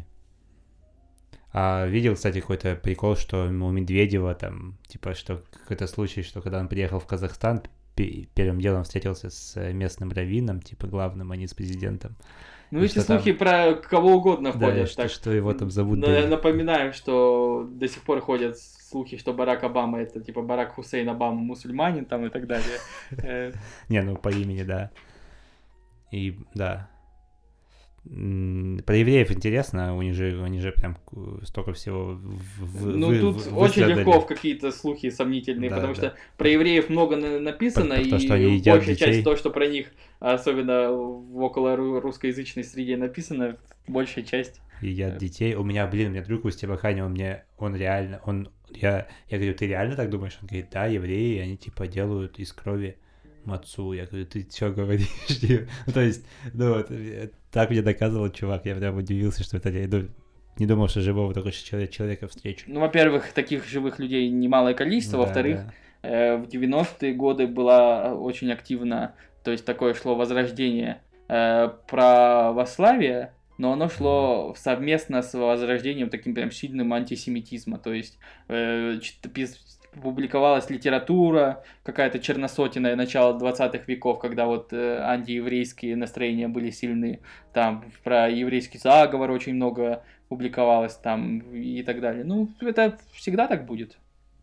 А видел, кстати, какой-то прикол, что у Медведева там, типа, что какой-то случай, что когда он приехал в Казахстан, первым делом встретился с местным раввином, типа, главным, а не с президентом. Ну, эти слухи там... про кого угодно да, ходят. Что, так. что его там зовут. Да, напоминаем, что до сих пор ходят слухи, что Барак Обама это, типа, Барак Хусейн Обама мусульманин там и так далее. Не, ну, по имени, да. И, да. Про евреев интересно, у них же, они же прям столько всего в, Ну, вы, тут в, очень легко в какие-то слухи сомнительные, да, потому да. что про евреев много написано, про, про то, и большая часть того, что про них, особенно в около русскоязычной среде написано, большая часть. Едят детей. У меня, блин, у меня друг у Стебахани, он мне, он реально, он, я, я говорю, ты реально так думаешь? Он говорит, да, евреи, они типа делают из крови отцу. Я говорю, ты что говоришь? Ну, то есть, ну, вот, так мне доказывал чувак, я прям удивился, что это я иду. Не думал, что живого такого человека встречу. Ну, во-первых, таких живых людей немалое количество, да, во-вторых, да. э, в девяностые годы была очень активно, то есть такое шло возрождение э, православия, но оно шло совместно с возрождением таким прям сильным антисемитизма, то есть э, публиковалась литература, какая-то черносотенная начала двадцатых веков, когда вот э, антиеврейские настроения были сильны, там про еврейский заговор очень много публиковалось там и так далее. Ну, это всегда так будет.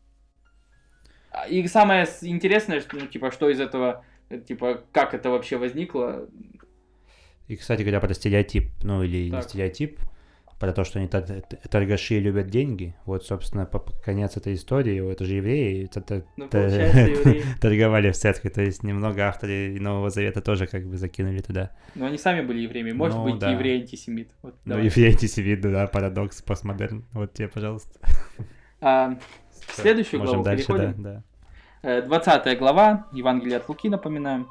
И самое интересное, что, ну, типа, что из этого, типа, как это вообще возникло. И, кстати говоря, про стереотип, ну, или так. не стереотип, про то, что они торгаши любят деньги. Вот, собственно, по конец этой истории, это же евреи, ну, евреи. торговали в церкви, то есть немного авторы Нового Завета тоже как бы закинули туда. Но они сами были евреями, может ну, быть, да. еврей-антисемит. Вот, ну, еврей-антисемит, да, парадокс, постмодерн, вот тебе, пожалуйста. А, в следующую Можем главу дальше, переходим. Да, да. двадцатая глава, Евангелие от Луки, напоминаем.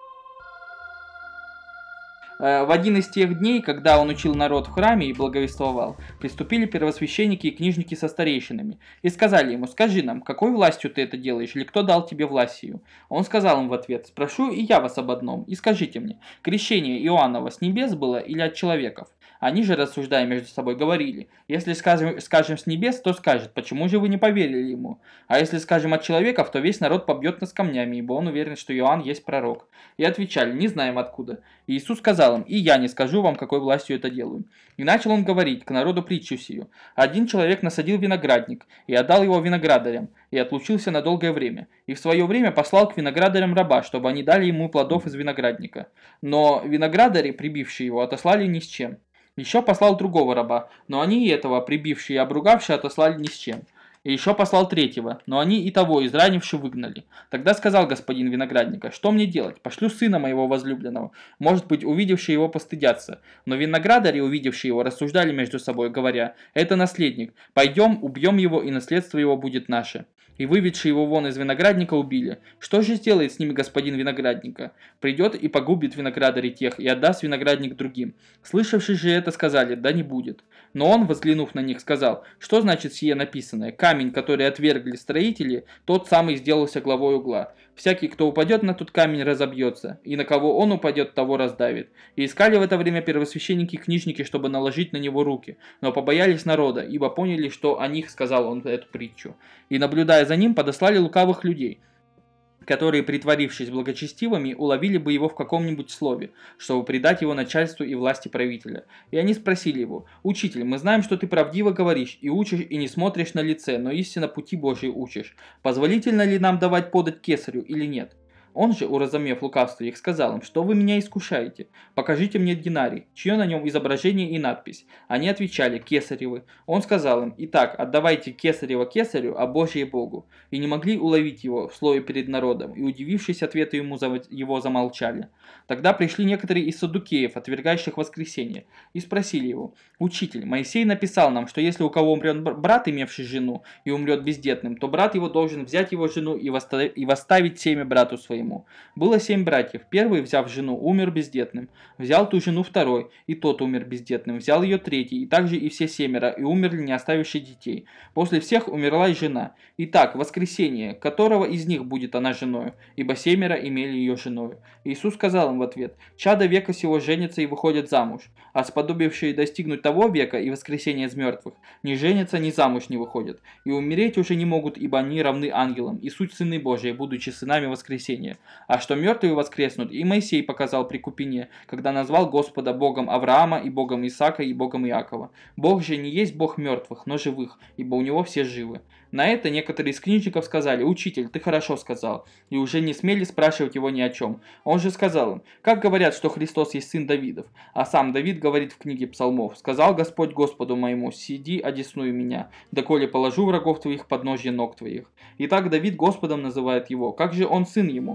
В один из тех дней, когда он учил народ в храме и благовествовал, приступили первосвященники и книжники со старейшинами и сказали ему: «Скажи нам, какой властью ты это делаешь, или кто дал тебе власть сию?» Он сказал им в ответ: «Спрошу и я вас об одном, и скажите мне, крещение Иоаннова с небес было или от человеков?» Они же, рассуждая между собой, говорили: «Если скажем, скажем с небес, то скажет: почему же вы не поверили ему? А если скажем от человеков, то весь народ побьет нас камнями, ибо он уверен, что Иоанн есть пророк». И отвечали: «Не знаем откуда». И Иисус сказал им: «И я не скажу вам, какой властью это делаю». И начал он говорить к народу притчу сию: «Один человек насадил виноградник и отдал его виноградарям, и отлучился на долгое время, и в свое время послал к виноградарям раба, чтобы они дали ему плодов из виноградника. Но виноградари, прибившие его, отослали ни с чем. Еще послал другого раба, но они и этого, прибившие и обругавшие, отослали ни с чем. И еще послал третьего, но они и того, изранивши, выгнали. Тогда сказал господин виноградника: что мне делать? Пошлю сына моего возлюбленного. Может быть, увидевшие его постыдятся. Но виноградари, увидевшие его, рассуждали между собой, говоря: это наследник. Пойдем, убьем его, и наследство его будет наше. И выведшие его вон из виноградника убили. Что же сделает с ними господин виноградника? Придет и погубит виноградарей тех, и отдаст виноградник другим. Слышавшие же это сказали: да не будет. Но он, взглянув на них, сказал: что значит сие написанное? Камень, который отвергли строители, тот самый сделался главой угла. Всякий, кто упадет на тот камень, разобьется, и на кого он упадет, того раздавит. И искали в это время первосвященники и книжники, чтобы наложить на него руки, но побоялись народа, ибо поняли, что о них сказал он эту притчу. И, наблюдая за ним, подослали лукавых людей, которые, притворившись благочестивыми, уловили бы его в каком-нибудь слове, чтобы предать его начальству и власти правителя. И они спросили его: «Учитель, мы знаем, что ты правдиво говоришь, и учишь, и не смотришь на лице, но истинно пути Божьи учишь. Позволительно ли нам давать подать кесарю или нет?» Он же, уразумев лукавство их, сказал им: «Что вы меня искушаете? Покажите мне динарий, чье на нем изображение и надпись». Они отвечали: «Кесаревы». Он сказал им: «Итак, отдавайте кесарево кесарю, а Божье Богу». И не могли уловить его в слове перед народом, и, удивившись ответу ему, его замолчали. Тогда пришли некоторые из саддукеев, отвергающих воскресение, и спросили его: «Учитель, Моисей написал нам, что если у кого умрет брат, имевший жену, и умрет бездетным, то брат его должен взять его жену и восставить семя брату своему. Было семь братьев. Первый, взяв жену, умер бездетным. Взял ту жену второй, и тот умер бездетным. Взял ее третий, и также и все семеро, и умерли, не оставивши детей. После всех умерла и жена. Итак, воскресение, которого из них будет она женою? Ибо семеро имели ее женою». Иисус сказал им в ответ: «Чада века сего женятся и выходят замуж, а сподобившие достигнуть того века и воскресения из мертвых, ни женятся, ни замуж не выходят, и умереть уже не могут, ибо они равны ангелам, и суть сыны Божии, будучи сынами воскресения. А что мертвые воскреснут, и Моисей показал при Купине, когда назвал Господа Богом Авраама, и Богом Исаака, и Богом Иакова. Бог же не есть Бог мертвых, но живых, ибо у него все живы». На это некоторые из книжников сказали: «Учитель, ты хорошо сказал», и уже не смели спрашивать его ни о чем. Он же сказал им: «Как говорят, что Христос есть сын Давидов? А сам Давид говорит в книге Псалмов: сказал Господь Господу моему: сиди, одесную меня, доколе положу врагов твоих под ножья ног твоих». Итак, Давид Господом называет его. Как же он сын ему?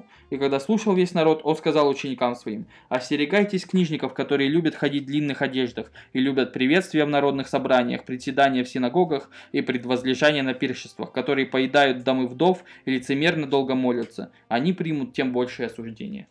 ему. И когда слушал весь народ, он сказал ученикам своим: «Остерегайтесь книжников, которые любят ходить в длинных одеждах и любят приветствия в народных собраниях, председания в синагогах и предвозлежания на пиршествах, которые поедают домы вдов и лицемерно долго молятся. Они примут тем большее осуждение».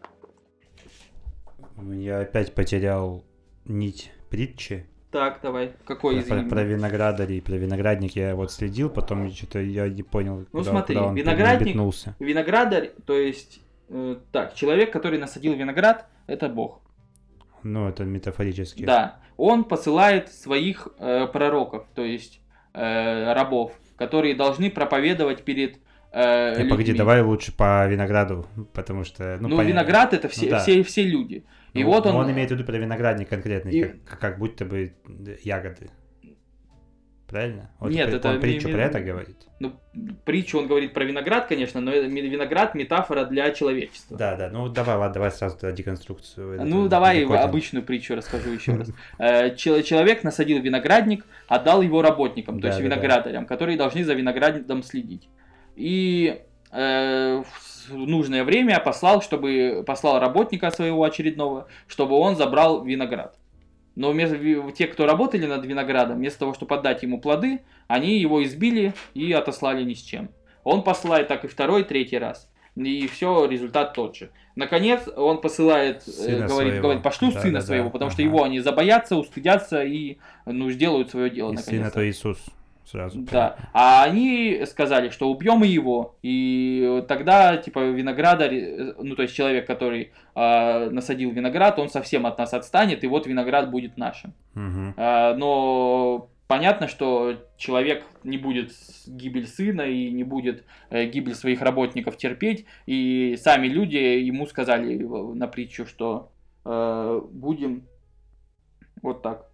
Я опять потерял нить притчи. Так, давай. Какой из про, них? Про виноградарей, про виноградник я вот следил, потом что-то я не понял, ну, куда, смотри, куда он виноградник, метнулся. Виноградарь, то есть, э, так, человек, который насадил виноград, это Бог. Ну, это метафорически. Да. Он посылает своих э, пророков, то есть э, рабов, которые должны проповедовать перед э, людьми. Погоди, давай лучше по винограду, потому что... Ну, ну понятно. Виноград это все, ну, да. все, все люди. И ну, вот он... он имеет в виду про виноградник конкретно, и... как, как будто бы ягоды. Правильно? Вот Нет, при, это... Он притчу ми... про это говорит? Ну, притчу он говорит про виноград, конечно, но виноград метафора для человечества. Да, да, ну давай, ладно, давай сразу деконструкцию. Ну, давай обычную причу расскажу еще раз. Человек насадил виноградник, отдал его работникам, то есть виноградарям, которые должны за виноградом следить. И в нужное время послал, чтобы послал работника своего очередного, чтобы он забрал виноград. Но вместо, те, кто работали над виноградом, вместо того, чтобы отдать ему плоды, они его избили и отослали ни с чем. Он посылает так и второй, третий раз. И все, результат тот же. Наконец, он посылает, э, говорит, говорит, пошлю да, сына да, своего, да. потому ага. что его они забоятся, устыдятся и ну, сделают свое дело. И наконец-то. Сын это Иисус. Сразу. Да. А они сказали, что убьем и его. И тогда, типа, виноградарь, ну, то есть человек, который э, насадил виноград, он совсем от нас отстанет, и вот виноград будет нашим. Угу. Э, но понятно, что человек не будет гибель сына и не будет э, гибель своих работников терпеть. И сами люди ему сказали на притчу, что э, будем вот так.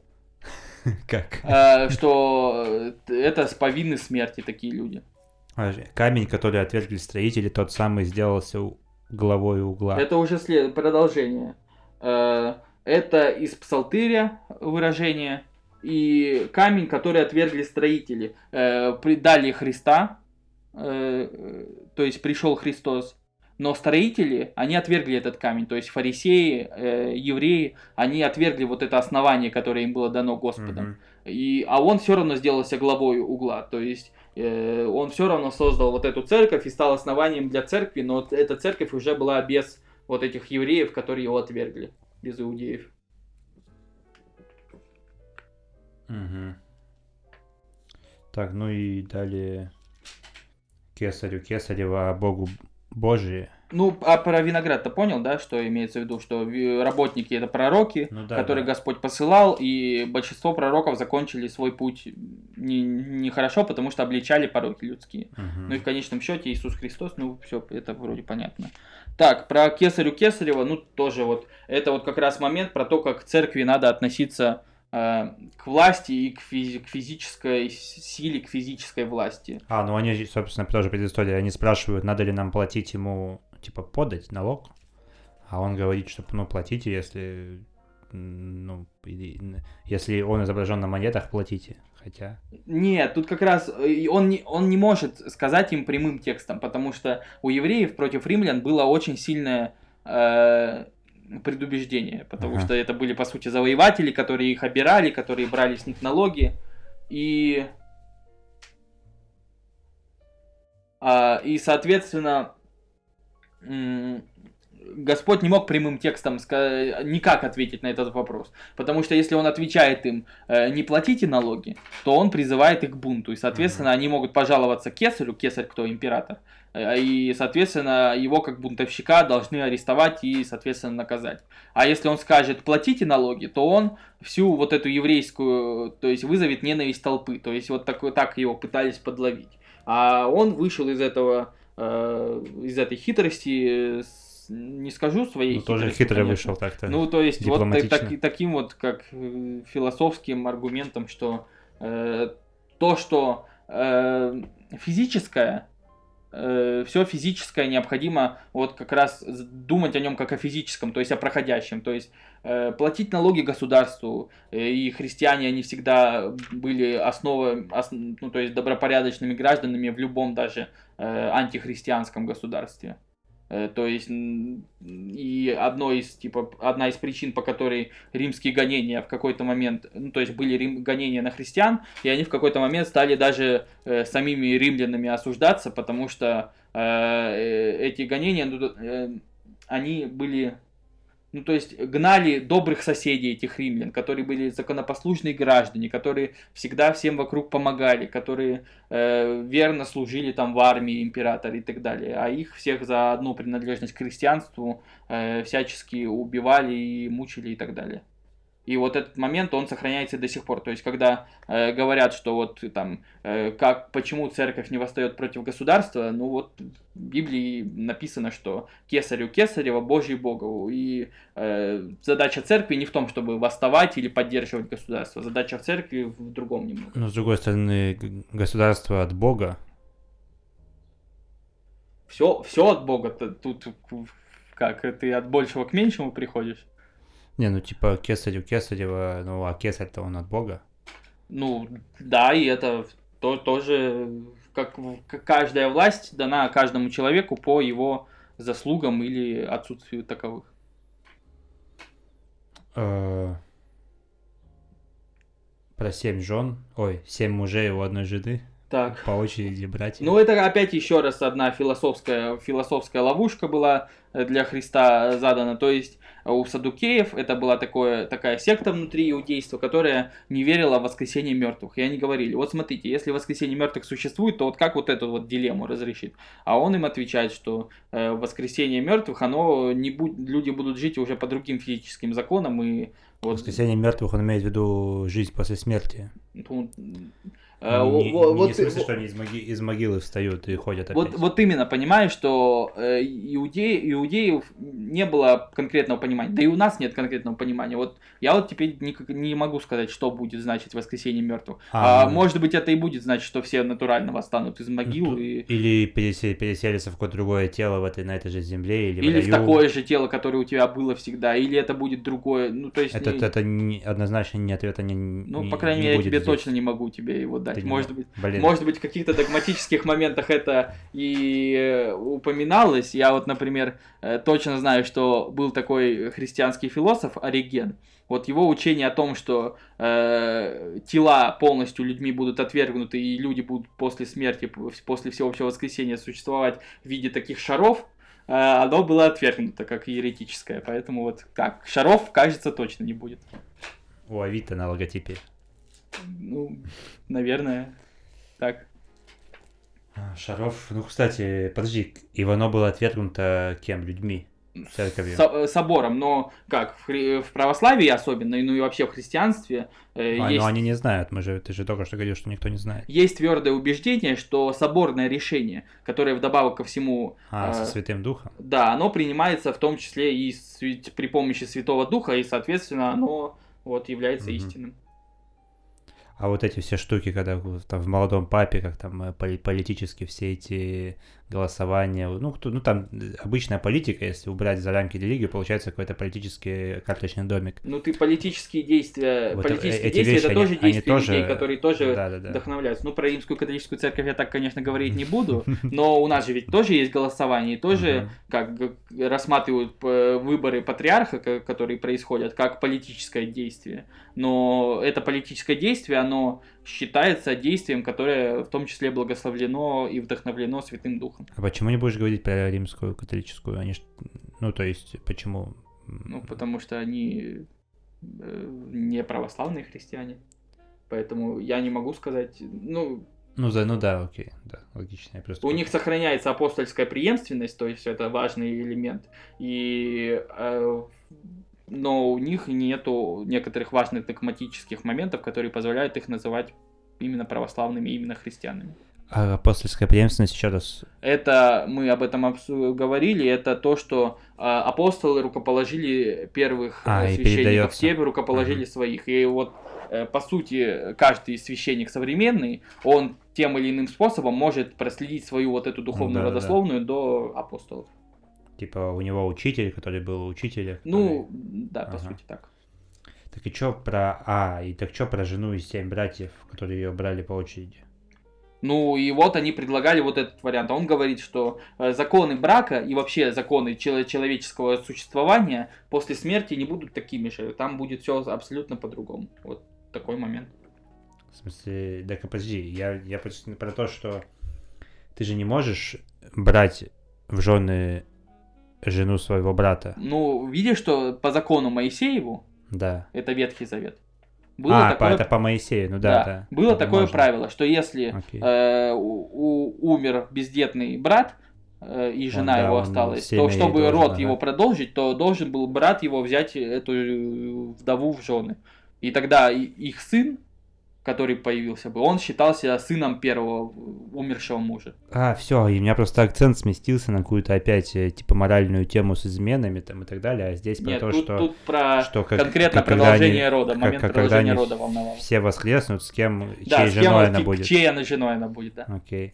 Как? А, что это повинны смерти такие люди. Камень, который отвергли строители, тот самый сделался главой угла. Это уже след... продолжение. Это из Псалтыря выражение. И камень, который отвергли строители, предали Христа, то есть пришел Христос. Но строители, они отвергли этот камень, то есть фарисеи, э, евреи, они отвергли вот это основание, которое им было дано Господом. Mm-hmm. И, а он все равно сделался главой угла, то есть э, он все равно создал вот эту церковь и стал основанием для церкви, но эта церковь уже была без вот этих евреев, которые его отвергли, без иудеев. Mm-hmm. Так, ну и далее кесарю кесарева, Богу Божие. Ну, а про виноград-то понял, да, что имеется в виду, что работники это пророки, ну, да, которые да. Господь посылал, и большинство пророков закончили свой путь нехорошо, не потому что обличали пороки людские. Угу. Ну и в конечном счете Иисус Христос, ну все, это вроде понятно. Так, про кесарю Кесарева, ну тоже вот, это вот как раз момент про то, как к церкви надо относиться к власти и к, физи- к физической силе, к физической власти. А, ну они, собственно, тоже предыстория, они спрашивают, надо ли нам платить ему, типа, подать налог, а он говорит, что, ну, платите, если, ну, если он изображен на монетах, платите, хотя... Нет, тут как раз он не, он не может сказать им прямым текстом, потому что у евреев против римлян было очень сильное... Э- предубеждение, потому ага. что это были, по сути, завоеватели, которые их обирали, которые брали с них налоги, и, а, и соответственно, Господь не мог прямым текстом сказать, никак ответить на этот вопрос, потому что если он отвечает им «не платите налоги», то он призывает их к бунту, и, соответственно, ага. они могут пожаловаться кесарю, кесарь кто? Император, и, соответственно, его как бунтовщика должны арестовать и, соответственно, наказать. А если он скажет «платите налоги», то он всю вот эту еврейскую, то есть вызовет ненависть толпы. То есть вот так, вот так его пытались подловить. А он вышел из этого, э, из этой хитрости, не скажу своей ну, хитрости, тоже хитрый вышел так-то. Ну, то есть вот так, так, таким вот как философским аргументом, что э, то, что э, физическое, все физическое необходимо вот как раз думать о нем как о физическом, то есть о проходящем, то есть э, платить налоги государству, э, и христиане, они всегда были основой, ос, ну, то есть добропорядочными гражданами в любом даже э, антихристианском государстве. То есть, и одной из, типа, одна из причин, по которой римские гонения в какой-то момент, ну, то есть были рим, гонения на христиан, и они в какой-то момент стали даже э, самими римлянами осуждаться, потому что э, эти гонения, ну, э, они были... Ну, то есть гнали добрых соседей этих римлян, которые были законопослушные граждане, которые всегда всем вокруг помогали, которые э, верно служили там в армии императора и так далее. А их всех за одну принадлежность к христианству э, всячески убивали и мучили и так далее. И вот этот момент, он сохраняется до сих пор. То есть, когда э, говорят, что вот там, э, как, почему церковь не восстает против государства, ну вот в Библии написано, что кесарю кесарева, Божий Богу. И э, задача церкви не в том, чтобы восставать или поддерживать государство. Задача в церкви в другом немного. Но с другой стороны, государство от Бога. Все, все от Бога. Тут как, ты от большего к меньшему приходишь? Не, ну типа кесарю кесарева, ну а кесарь-то он от Бога. Ну, да, и это то, тоже, как, как каждая власть дана каждому человеку по его заслугам или отсутствию таковых. Про семь жен, ой, семь мужей у одной жены. Так. По очереди братья. Ну, это опять еще раз одна философская, философская ловушка была для Христа задана. То есть у саддукеев это была такое, такая секта внутри иудейства, которая не верила в воскресение мертвых. И они говорили, вот смотрите, если воскресение мертвых существует, то вот как вот эту вот дилемму разрешить? А он им отвечает, что э, воскресение мертвых, оно не будет, люди будут жить уже по другим физическим законам. И вот... Воскресение мертвых, он имеет в виду жизнь после смерти. Ну, Не, не, вот, не в смысле, что они из, моги, из могилы встают и ходят опять. Вот, вот именно, понимаешь, что э, иудеи, иудеев не было конкретного понимания, да и у нас нет конкретного понимания. Вот я вот теперь не, не могу сказать, что будет значить воскресение мертвых. А, а ну... может быть, это и будет значить, что все натурально восстанут из могил. Ну, и... Или пересел, переселятся в какое-то другое тело в этой, на этой же земле. Или, или в, в такое же тело, которое у тебя было всегда. Или это будет другое. Ну, то есть это, не... это не, однозначно не ответа не Ну, не, по крайней мере, я тебе здесь. Точно не могу тебе его дать. Может быть, может быть, в каких-то догматических моментах это и упоминалось. Я вот, например, точно знаю, что был такой христианский философ Ориген. Вот его учение о том, что э, тела полностью людьми будут отвергнуты, и люди будут после смерти, после всеобщего воскресения существовать в виде таких шаров, э, оно было отвергнуто как еретическое. Поэтому вот как, шаров, кажется, точно не будет. У Авито на логотипе. Ну, наверное, так. Шаров. Ну, кстати, подожди, Ивано было отвергнуто кем? Людьми? Церковью? С- собором, но как, в, хри- в православии особенно, ну и вообще в христианстве э, а, есть... Ну, они не знают, мы же, ты же только что говорил, что никто не знает. Есть твердое убеждение, что соборное решение, которое вдобавок ко всему... А, э, со Святым Духом? Да, оно принимается в том числе и с, при помощи Святого Духа, и, соответственно, оно вот является угу. истинным. А вот эти все штуки, когда там в молодом папе, как там политически все эти голосования, ну, кто, ну там обычная политика, если убрать за рамки религии, получается какой-то политический карточный домик. Ну ты политические действия, вот политические эти действия вещи, это они, тоже действия они людей, тоже... которые тоже да, да, да. вдохновляются. Ну про римскую католическую церковь я так, конечно, говорить не буду, но у нас же ведь тоже есть голосование, и тоже как рассматривают выборы патриарха, которые происходят, как политическое действие. Но это политическое действие, оно считается действием, которое в том числе благословлено и вдохновлено Святым Духом. А почему не будешь говорить про римскую католическую? Они ж... Ну, то есть, почему? Ну, потому что они не православные христиане. Поэтому я не могу сказать... Ну, ну, за, ну да, окей, да, логично. Я просто... У них сохраняется апостольская преемственность, то есть это важный элемент. И... Э, но у них нету некоторых важных догматических моментов, которые позволяют их называть именно православными, именно христианами. А апостольская преемственность еще раз? Это, мы об этом говорили, это то, что э, апостолы рукоположили первых а, э, священников, те рукоположили uh-huh. своих. И вот, э, по сути, каждый священник современный, он тем или иным способом может проследить свою вот эту духовную да, родословную да. до апостолов. Типа у него учитель, который был учителем. Ну, который... да, по ага. сути так. Так и что про... А, и так что про жену из семь братьев, которые ее брали по очереди? Ну и вот они предлагали вот этот вариант. А он говорит, что законы брака и вообще законы человеческого существования после смерти не будут такими же. Там будет все абсолютно по-другому. Вот такой момент. В смысле, да подожди, я, я про то, что ты же не можешь брать в жены жену своего брата. Ну, видишь, что по закону Моисееву, да. Это Ветхий Завет. Было а, такое... это по Моисею, ну да, да. да. Было это такое можно. правило, что если okay. э, у, у, умер бездетный брат, э, и жена он, да, его осталась, то чтобы должен, род ага. его продолжить, то должен был брат его взять эту вдову в жены. И тогда их сын, который появился бы, он считался сыном первого умершего мужа. А, все, и у меня просто акцент сместился на какую-то опять, типа, моральную тему с изменами там и так далее, а здесь про Нет, то, тут, что... тут про что как, конкретно как, продолжение они, рода, как, момент как, продолжения когда рода волновал. Все воскреснут, с кем, да, чьей с женой кем, она будет. Чьей она женой она будет, да. Окей.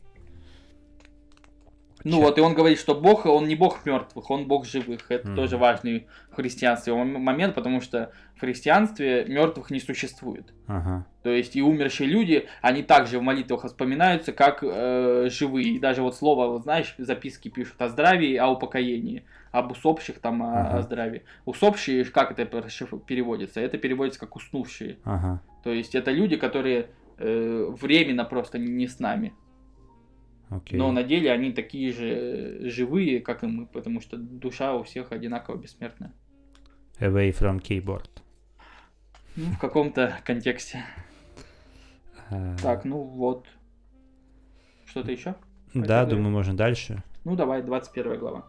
Ну вот, и он говорит, что Бог, он не Бог мертвых, он Бог живых. Это mm. тоже важный в христианстве момент, потому что в христианстве мертвых не существует. Ага. То есть и умершие люди, они также в молитвах вспоминаются, как э, живые. И даже вот слово, вот знаешь, записки пишут о здравии, о упокоении, об усопших, там, о, ага. о здравии. Усопшие, как это переводится? Это переводится как уснувшие. Ага. То есть это люди, которые э, временно просто не с нами. Okay. Но на деле они такие же живые, как и мы, потому что душа у всех одинаково бессмертная. Away from keyboard. Ну, в каком-то контексте. Uh... Так, ну вот. Что-то еще? Да, думаю, можно дальше. Ну, давай, двадцать первая глава.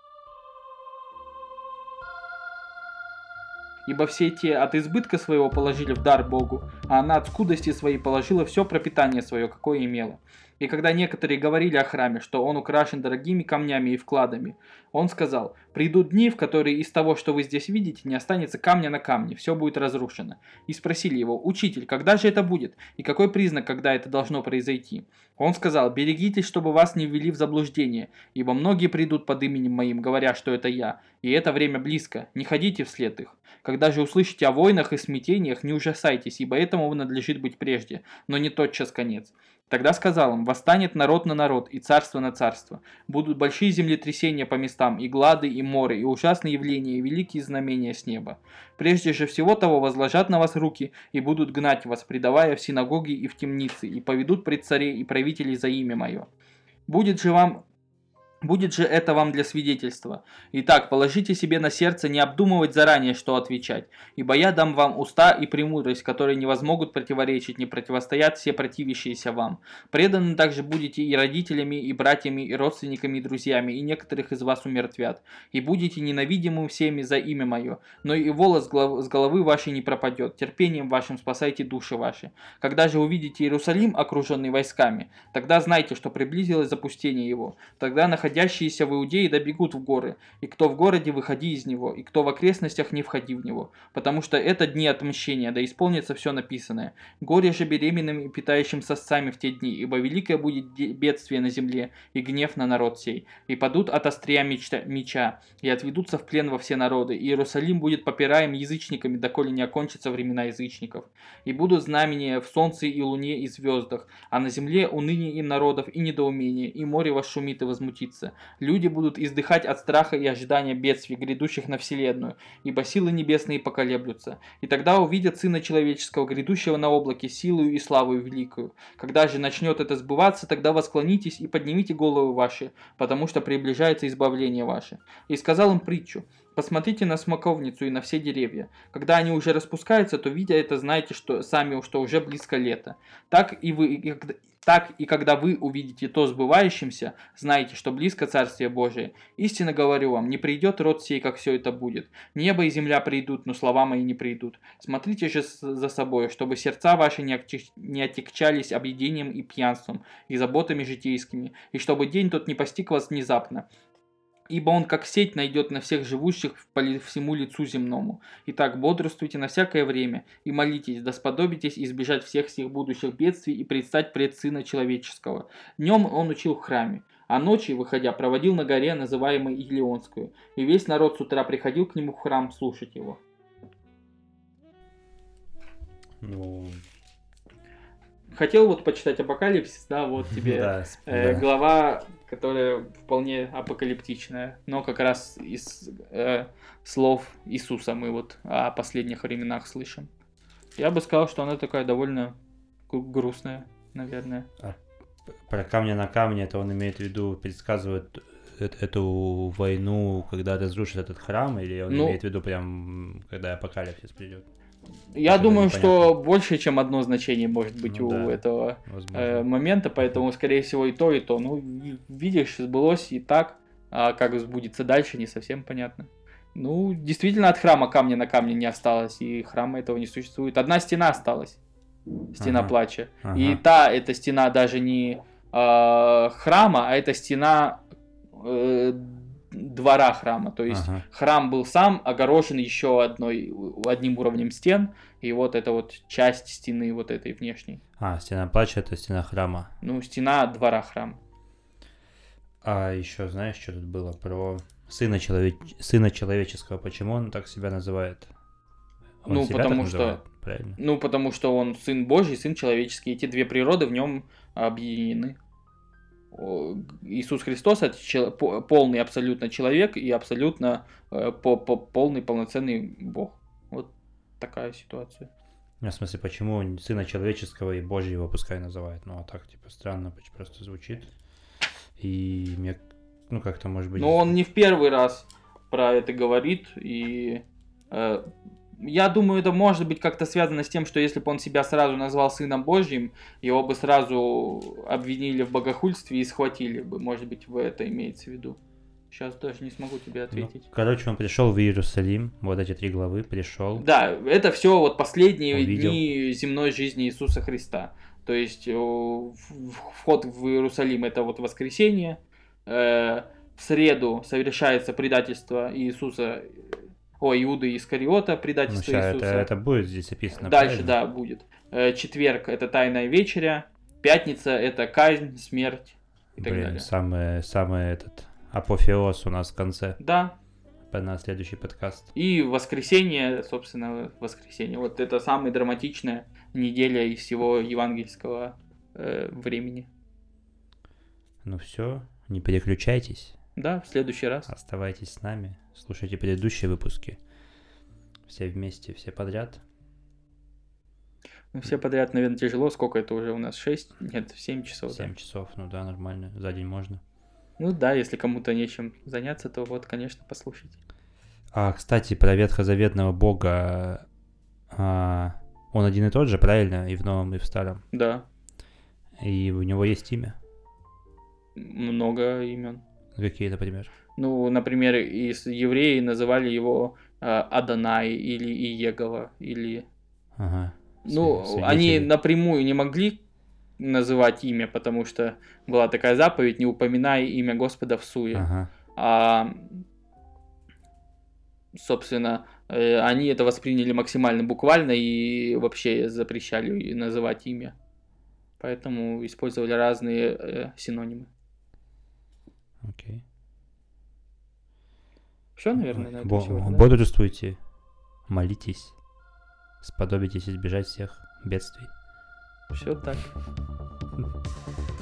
Ибо все те от избытка своего положили в дар Богу, а она от скудости своей положила все пропитание свое, какое имела. И когда некоторые говорили о храме, что он украшен дорогими камнями и вкладами, он сказал: «Придут дни, в которые из того, что вы здесь видите, не останется камня на камне, все будет разрушено». И спросили его: «Учитель, когда же это будет? И какой признак, когда это должно произойти?» Он сказал: «Берегитесь, чтобы вас не ввели в заблуждение, ибо многие придут под именем моим, говоря, что это я, и это время близко, не ходите вслед их. Когда же услышите о войнах и смятениях, не ужасайтесь, ибо этому надлежит быть прежде, но не тотчас конец». Тогда сказал он: «Восстанет народ на народ, и царство на царство. Будут большие землетрясения по местам, и глады, и моры, и ужасные явления, и великие знамения с неба. Прежде же всего того возложат на вас руки, и будут гнать вас, предавая в синагоги и в темницы, и поведут пред царей и правителей за имя мое. Будет же вам... Будет же это вам для свидетельства. Итак, положите себе на сердце не обдумывать заранее, что отвечать, ибо я дам вам уста и премудрость, которые не возмогут противоречить, не противостоят все противящиеся вам. Преданы также будете и родителями, и братьями, и родственниками, и друзьями, и некоторых из вас умертвят. И будете ненавидимы всеми за имя мое, но и волос с головы вашей не пропадет. Терпением вашим спасайте души ваши. Когда же увидите Иерусалим, окруженный войсками, тогда знайте, что приблизилось запустение его. Тогда находитесь находящиеся в Иудее добегут в горы, и кто в городе, выходи из него, и кто в окрестностях, не входи в него, потому что это дни отмщения, да исполнится все написанное. Горе же беременным и питающим сосцами в те дни, ибо великое будет бедствие на земле, и гнев на народ сей. И падут от острия меча, меча, и отведутся в плен во все народы, и Иерусалим будет попираем язычниками, доколе не окончатся времена язычников. И будут знамения в солнце и луне и звездах, а на земле уныние и народов, и недоумение, и море восшумит и возмутится. Люди будут издыхать от страха и ожидания бедствий, грядущих на вселенную, ибо силы небесные поколеблются. И тогда увидят Сына Человеческого, грядущего на облаке, силою и славою великую. Когда же начнет это сбываться, тогда восклонитесь и поднимите головы ваши, потому что приближается избавление ваше. И сказал им притчу: посмотрите на смоковницу и на все деревья. Когда они уже распускаются, то, видя это, знайте, что сами, что уже близко лето. Так и вы... И когда... Так и когда вы увидите то сбывающимся, знайте, что близко Царствие Божие. Истинно говорю вам, не придет род сей, как все это будет. Небо и земля придут, но слова мои не придут. Смотрите же за собой, чтобы сердца ваши не, отек... не отягчались объедением и пьянством, и заботами житейскими, и чтобы день тот не постиг вас внезапно. Ибо он как сеть найдет на всех живущих по всему лицу земному. Итак, бодрствуйте на всякое время и молитесь, да сподобитесь избежать всех сих будущих бедствий и предстать пред Сына Человеческого. Днем он учил в храме, а ночью, выходя, проводил на горе, называемой Илионскую, и весь народ с утра приходил к нему в храм слушать его. Ну, хотел вот почитать Апокалипсис, да, вот тебе Да, э, да. глава, которая вполне апокалиптичная, но как раз из э, слов Иисуса мы вот о последних временах слышим. Я бы сказал, что она такая довольно гру- грустная, наверное. А про камня на камне, это он имеет в виду, предсказывает э- эту войну, когда разрушит этот храм, или он Ну, имеет в виду прям, когда апокалипсис придет? Я Это думаю, непонятно. что больше, чем одно значение может быть Ну у да, этого возможно. э, момента, поэтому, скорее всего, и то, и то. Ну, ви- видишь, сбылось и так, а как сбудется дальше, не совсем понятно. Ну, действительно, от храма камня на камне не осталось, и храма этого не существует. Одна стена осталась, стена Ага, плача. ага. И та, эта стена даже не э, храма, а это стена э, двора храма. То есть Ага. храм был сам огорожен еще одной, одним уровнем стен, и вот это вот часть стены вот этой внешней. А, стена плача — это стена храма. Ну, стена двора храма. А еще знаешь, что тут было про сына, человек... сына человеческого? Почему он так себя называет? Он Ну, себя потому так что- называет, правильно? Ну, потому что он сын Божий, сын человеческий. Эти две природы в нем объединены. О, Иисус Христос это чел- по- полный абсолютно человек и абсолютно э, по- по- полный полноценный Бог. Вот такая ситуация. Ну, в смысле, почему он сына человеческого и Божьего пускай называет? Ну, а так, типа, странно поч- просто звучит. И мне, ну, как-то, может быть... Но он не в первый раз про это говорит, и э, я думаю, это может быть как-то связано с тем, что если бы он себя сразу назвал сыном Божьим, его бы сразу обвинили в богохульстве и схватили бы. Может быть, в это имеется в виду. Сейчас даже не смогу тебе ответить. Ну, короче, он пришел в Иерусалим, вот эти три главы, пришел. Да, это все вот последние Увидел. дни земной жизни Иисуса Христа. То есть э, в- вход в Иерусалим это вот воскресенье. Э, В среду совершается предательство Иисуса, о, Иуды Искариота, Ну, предательство сейчас Иисуса. это, это будет здесь описано, Дальше, правильно? да, будет. Э, Четверг это Тайная вечеря. Пятница это казнь, смерть и так Блин, далее. самый, самый этот апофеоз у нас в конце, Да. на следующий подкаст. И воскресенье, собственно, воскресенье. Вот это самая драматичная неделя из всего евангельского э, времени. Ну все, не переключайтесь, Да, в следующий раз. оставайтесь с нами, слушайте предыдущие выпуски. Все вместе, все подряд. Ну, все подряд, наверное, тяжело. Сколько это уже у нас? шесть? Нет, семь часов. семь Да? часов, ну да, нормально, за день можно. Ну да, если кому-то нечем заняться, то вот, конечно, послушайте. А, кстати, про ветхозаветного бога, а, он один и тот же, правильно? И в новом, и в старом. Да, И у него есть имя. много имен. Какие, например? Ну, например, из евреи называли его э, Адонай или Иегова, или... Ага. Ну, Свидетели. они напрямую не могли называть имя, потому что была такая заповедь, не упоминай имя Господа в суе. Ага. А, собственно, э, они это восприняли максимально буквально и вообще запрещали называть имя. Поэтому использовали разные э, синонимы. Окей. Все, наверное, на этом Бо- сегодня, да? Бодрствуйте, молитесь, сподобитесь избежать всех бедствий. Все так.